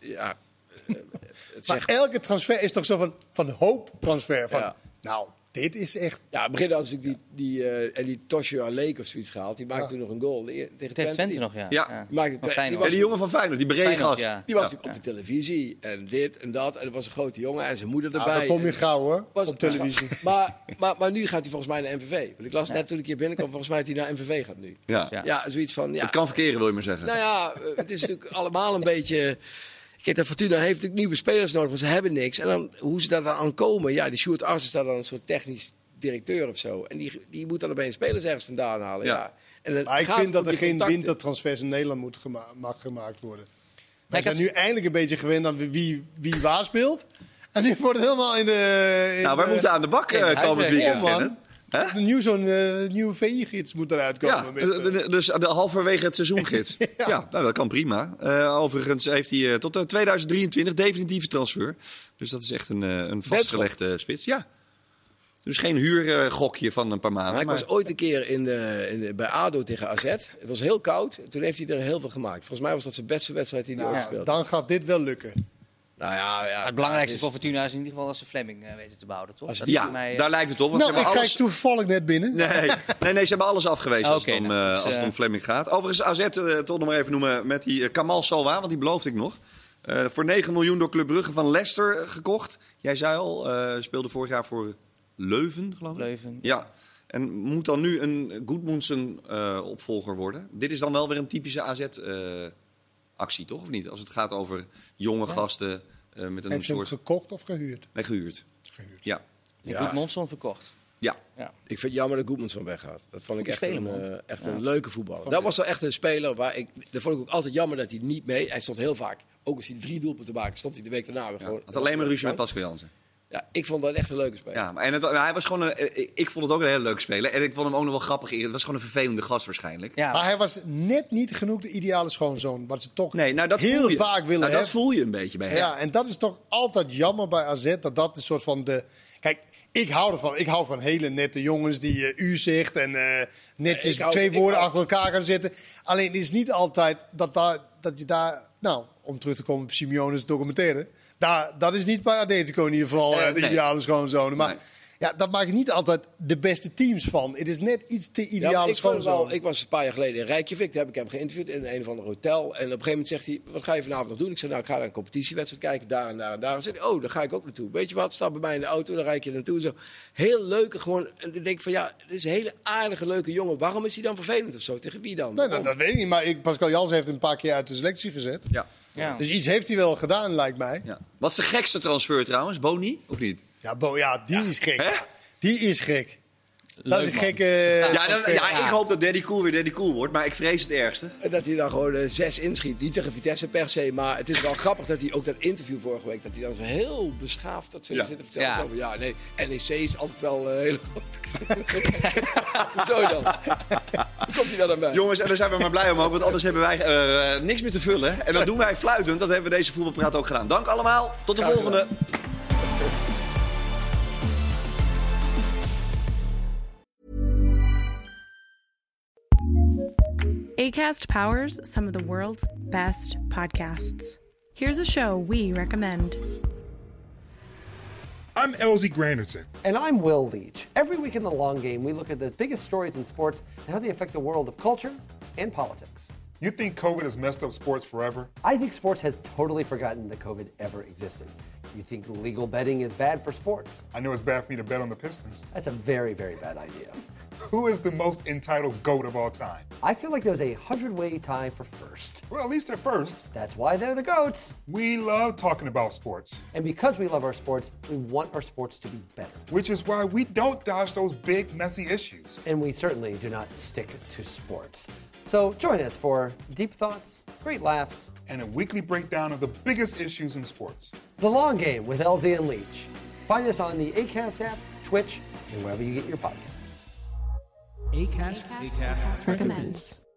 Het Maar zegt... elke transfer is toch zo van hoop transfer. Van, Ja. nou, dit is echt... Ja, het begin had natuurlijk die Toshio Alek of zoiets gehaald. Die maakte toen nog een goal tegen Tegen Twente nog, ja. Ja. Die maakte Van Feyenoord. Ja, die jongen van Feyenoord, die bereden gast. Ja. Die was natuurlijk op de televisie en dit en dat. En er was een grote jongen en zijn moeder erbij. dan kom je En- gauw hoor, was- op televisie. Maar nu gaat hij volgens mij naar MVV. Want ik las net toen ik hier binnenkwam, volgens mij dat hij naar MVV gaat nu. Ja. Ja, zoiets van... Ja, Het kan verkeren, wil je maar zeggen. nou ja, het is natuurlijk allemaal een beetje... Kijk, de Fortuna heeft natuurlijk nieuwe spelers nodig, want ze hebben niks. En dan, hoe ze daar dan aan komen... Ja, die Sjoerd Arts is daar dan een soort technisch directeur of zo. En die moet dan opeens spelers ergens vandaan halen. Ja. Ja. En dan Maar ik gaat vind dat het er om die geen contacten. wintertransfers in Nederland mag gemaakt worden. Wij ik zijn had- nu eindelijk een beetje gewend aan wie waar speelt. En nu wordt het helemaal in de... Nou, wij moeten aan de bak komend weekend Ja, man. kennen. Hè? Zo'n nieuwe VI-gids moet eruit Ja, komen. dus de halverwege het seizoengids. Ja, nou, dat kan prima. Overigens heeft hij tot 2023 definitieve transfer. Dus dat is echt een vastgelegde spits. Ja. Dus geen huurgokje van een paar maanden. Maar ik maar- was ooit een keer bij ADO tegen AZ. Het was heel koud. Toen heeft hij er heel veel gemaakt. Volgens mij was dat zijn beste wedstrijd die hij ooit gespeeld heeft. Dan gaat dit wel lukken. Nou ja, Het belangrijkste is- voor Fortuna is in ieder geval dat ze Fleming weten te behouden, toch? Als Dat Ja, lijkt mij, daar lijkt het op. Want Nou, ze ik hebben kijk alles... toevallig net binnen. Nee, ze hebben alles afgewezen als, Oké, het om, nou, dus, als het om Fleming gaat. Overigens, AZ, toch nog maar even noemen met die Kamal Salwa, want die beloofde ik nog. Voor 9 miljoen door Club Brugge van Leicester gekocht. Jij zei al, speelde vorig jaar voor Leuven, geloof ik. Leuven. Ja, en moet dan nu een Goedmoensen opvolger worden. Dit is dan wel weer een typische AZ-actie, toch? Of niet? Als het gaat over jonge gasten met een Heb je hem soort... gekocht of gehuurd? Nee, gehuurd. Gehuurd. Ja. Ja. Goed Monson verkocht. Ja. Ja. Ik vind het jammer dat Goedmundsson weggaat. Dat vond ik echt speler, een leuke voetballer. Dat was wel echt een speler waar dat vond ik ook altijd jammer dat hij niet mee... Hij stond heel vaak, ook als hij 3 doelpunten maakte, stond hij de week daarna weer gewoon... Had alleen maar ruzie met Pascal Jansen. Ja, ik vond dat echt een leuke speler. Ja, maar hij was gewoon ik vond het ook een hele leuke speler. En ik vond hem ook nog wel grappig. Het was gewoon een vervelende gast waarschijnlijk. Ja, Maar hij was net niet genoeg de ideale schoonzoon. Wat ze toch Nee, nou dat heel voel je. vaak willen dat hebben. voel je een beetje bij hem. Ja, en dat is toch altijd jammer bij AZ. Dat een soort van de... Kijk, ik hou ervan. Ik hou van hele nette jongens die u zegt en netjes Ik hou- 2 ik woorden hou- achter elkaar gaan zetten. Alleen het is niet altijd dat je daar... Nou, om terug te komen op Simeone's documentaire. Dat is niet bij Atletico in ieder geval de nee. ideale schoonzoon. Maar Nee. ja, dat maakt niet altijd de beste teams van. Het is net iets te Ja, ideale maar ik, vond het schoonzoon. wel, ik was een paar jaar geleden in Reykjavik. Daar heb ik hem geïnterviewd in een of ander hotel. En op een gegeven moment zegt hij, wat ga je vanavond nog doen? Ik zei, nou, ik ga naar een competitiewedstrijd kijken. Daar en daar en daar. En zei hij, oh, daar ga ik ook naartoe. Weet je wat, stap bij mij in de auto, dan rijd je naartoe. Zo. Heel leuke gewoon. En ik denk van, ja, dit is een hele aardige, leuke jongen. Waarom is hij dan vervelend of zo? Tegen wie dan? Nee, Waarom? dat weet ik niet. Maar Pascal Jansen heeft hem een paar keer uit de selectie gezet. Ja. ja. Dus iets heeft hij wel gedaan, lijkt mij. Ja. Wat is de gekste transfer trouwens? Boni of niet? Ja, die is gek. Hè? Die is gek. Dat is een gekke... Ik hoop dat Daddy Cool wordt, maar ik vrees het ergste. En dat hij dan gewoon 6 inschiet. Niet tegen Vitesse per se, maar het is wel grappig dat hij ook dat interview vorige week, dat hij dan zo heel beschaafd dat ze zitten vertellen. Ja. Over, nee, NEC is altijd wel een hele grote... Zo dan. Hoe komt hij daar dan bij? Jongens, en daar zijn we maar blij om ook, want anders hebben wij niks meer te vullen. En dat doen wij fluitend, dat hebben we deze voetbalpraat ook gedaan. Dank allemaal, tot de volgende. Acast powers some of the world's best podcasts. Here's a show we recommend. I'm LZ Granderson. And I'm Will Leach. Every week in The Long Game, we look at the biggest stories in sports and how they affect the world of culture and politics. You think COVID has messed up sports forever? I think sports has totally forgotten that COVID ever existed. You think legal betting is bad for sports? I know it's bad for me to bet on the Pistons. That's a very, very bad idea. Who is the most entitled GOAT of all time? I feel like there's a 100-way tie for first. Well, at least they're first. That's why they're the GOATs. We love talking about sports. And because we love our sports, we want our sports to be better. Which is why we don't dodge those big, messy issues. And we certainly do not stick to sports. So join us for deep thoughts, great laughs, and a weekly breakdown of the biggest issues in sports. The Long Game with LZ and Leach. Find us on the Acast app, Twitch, and wherever you get your podcasts. Acast recommends.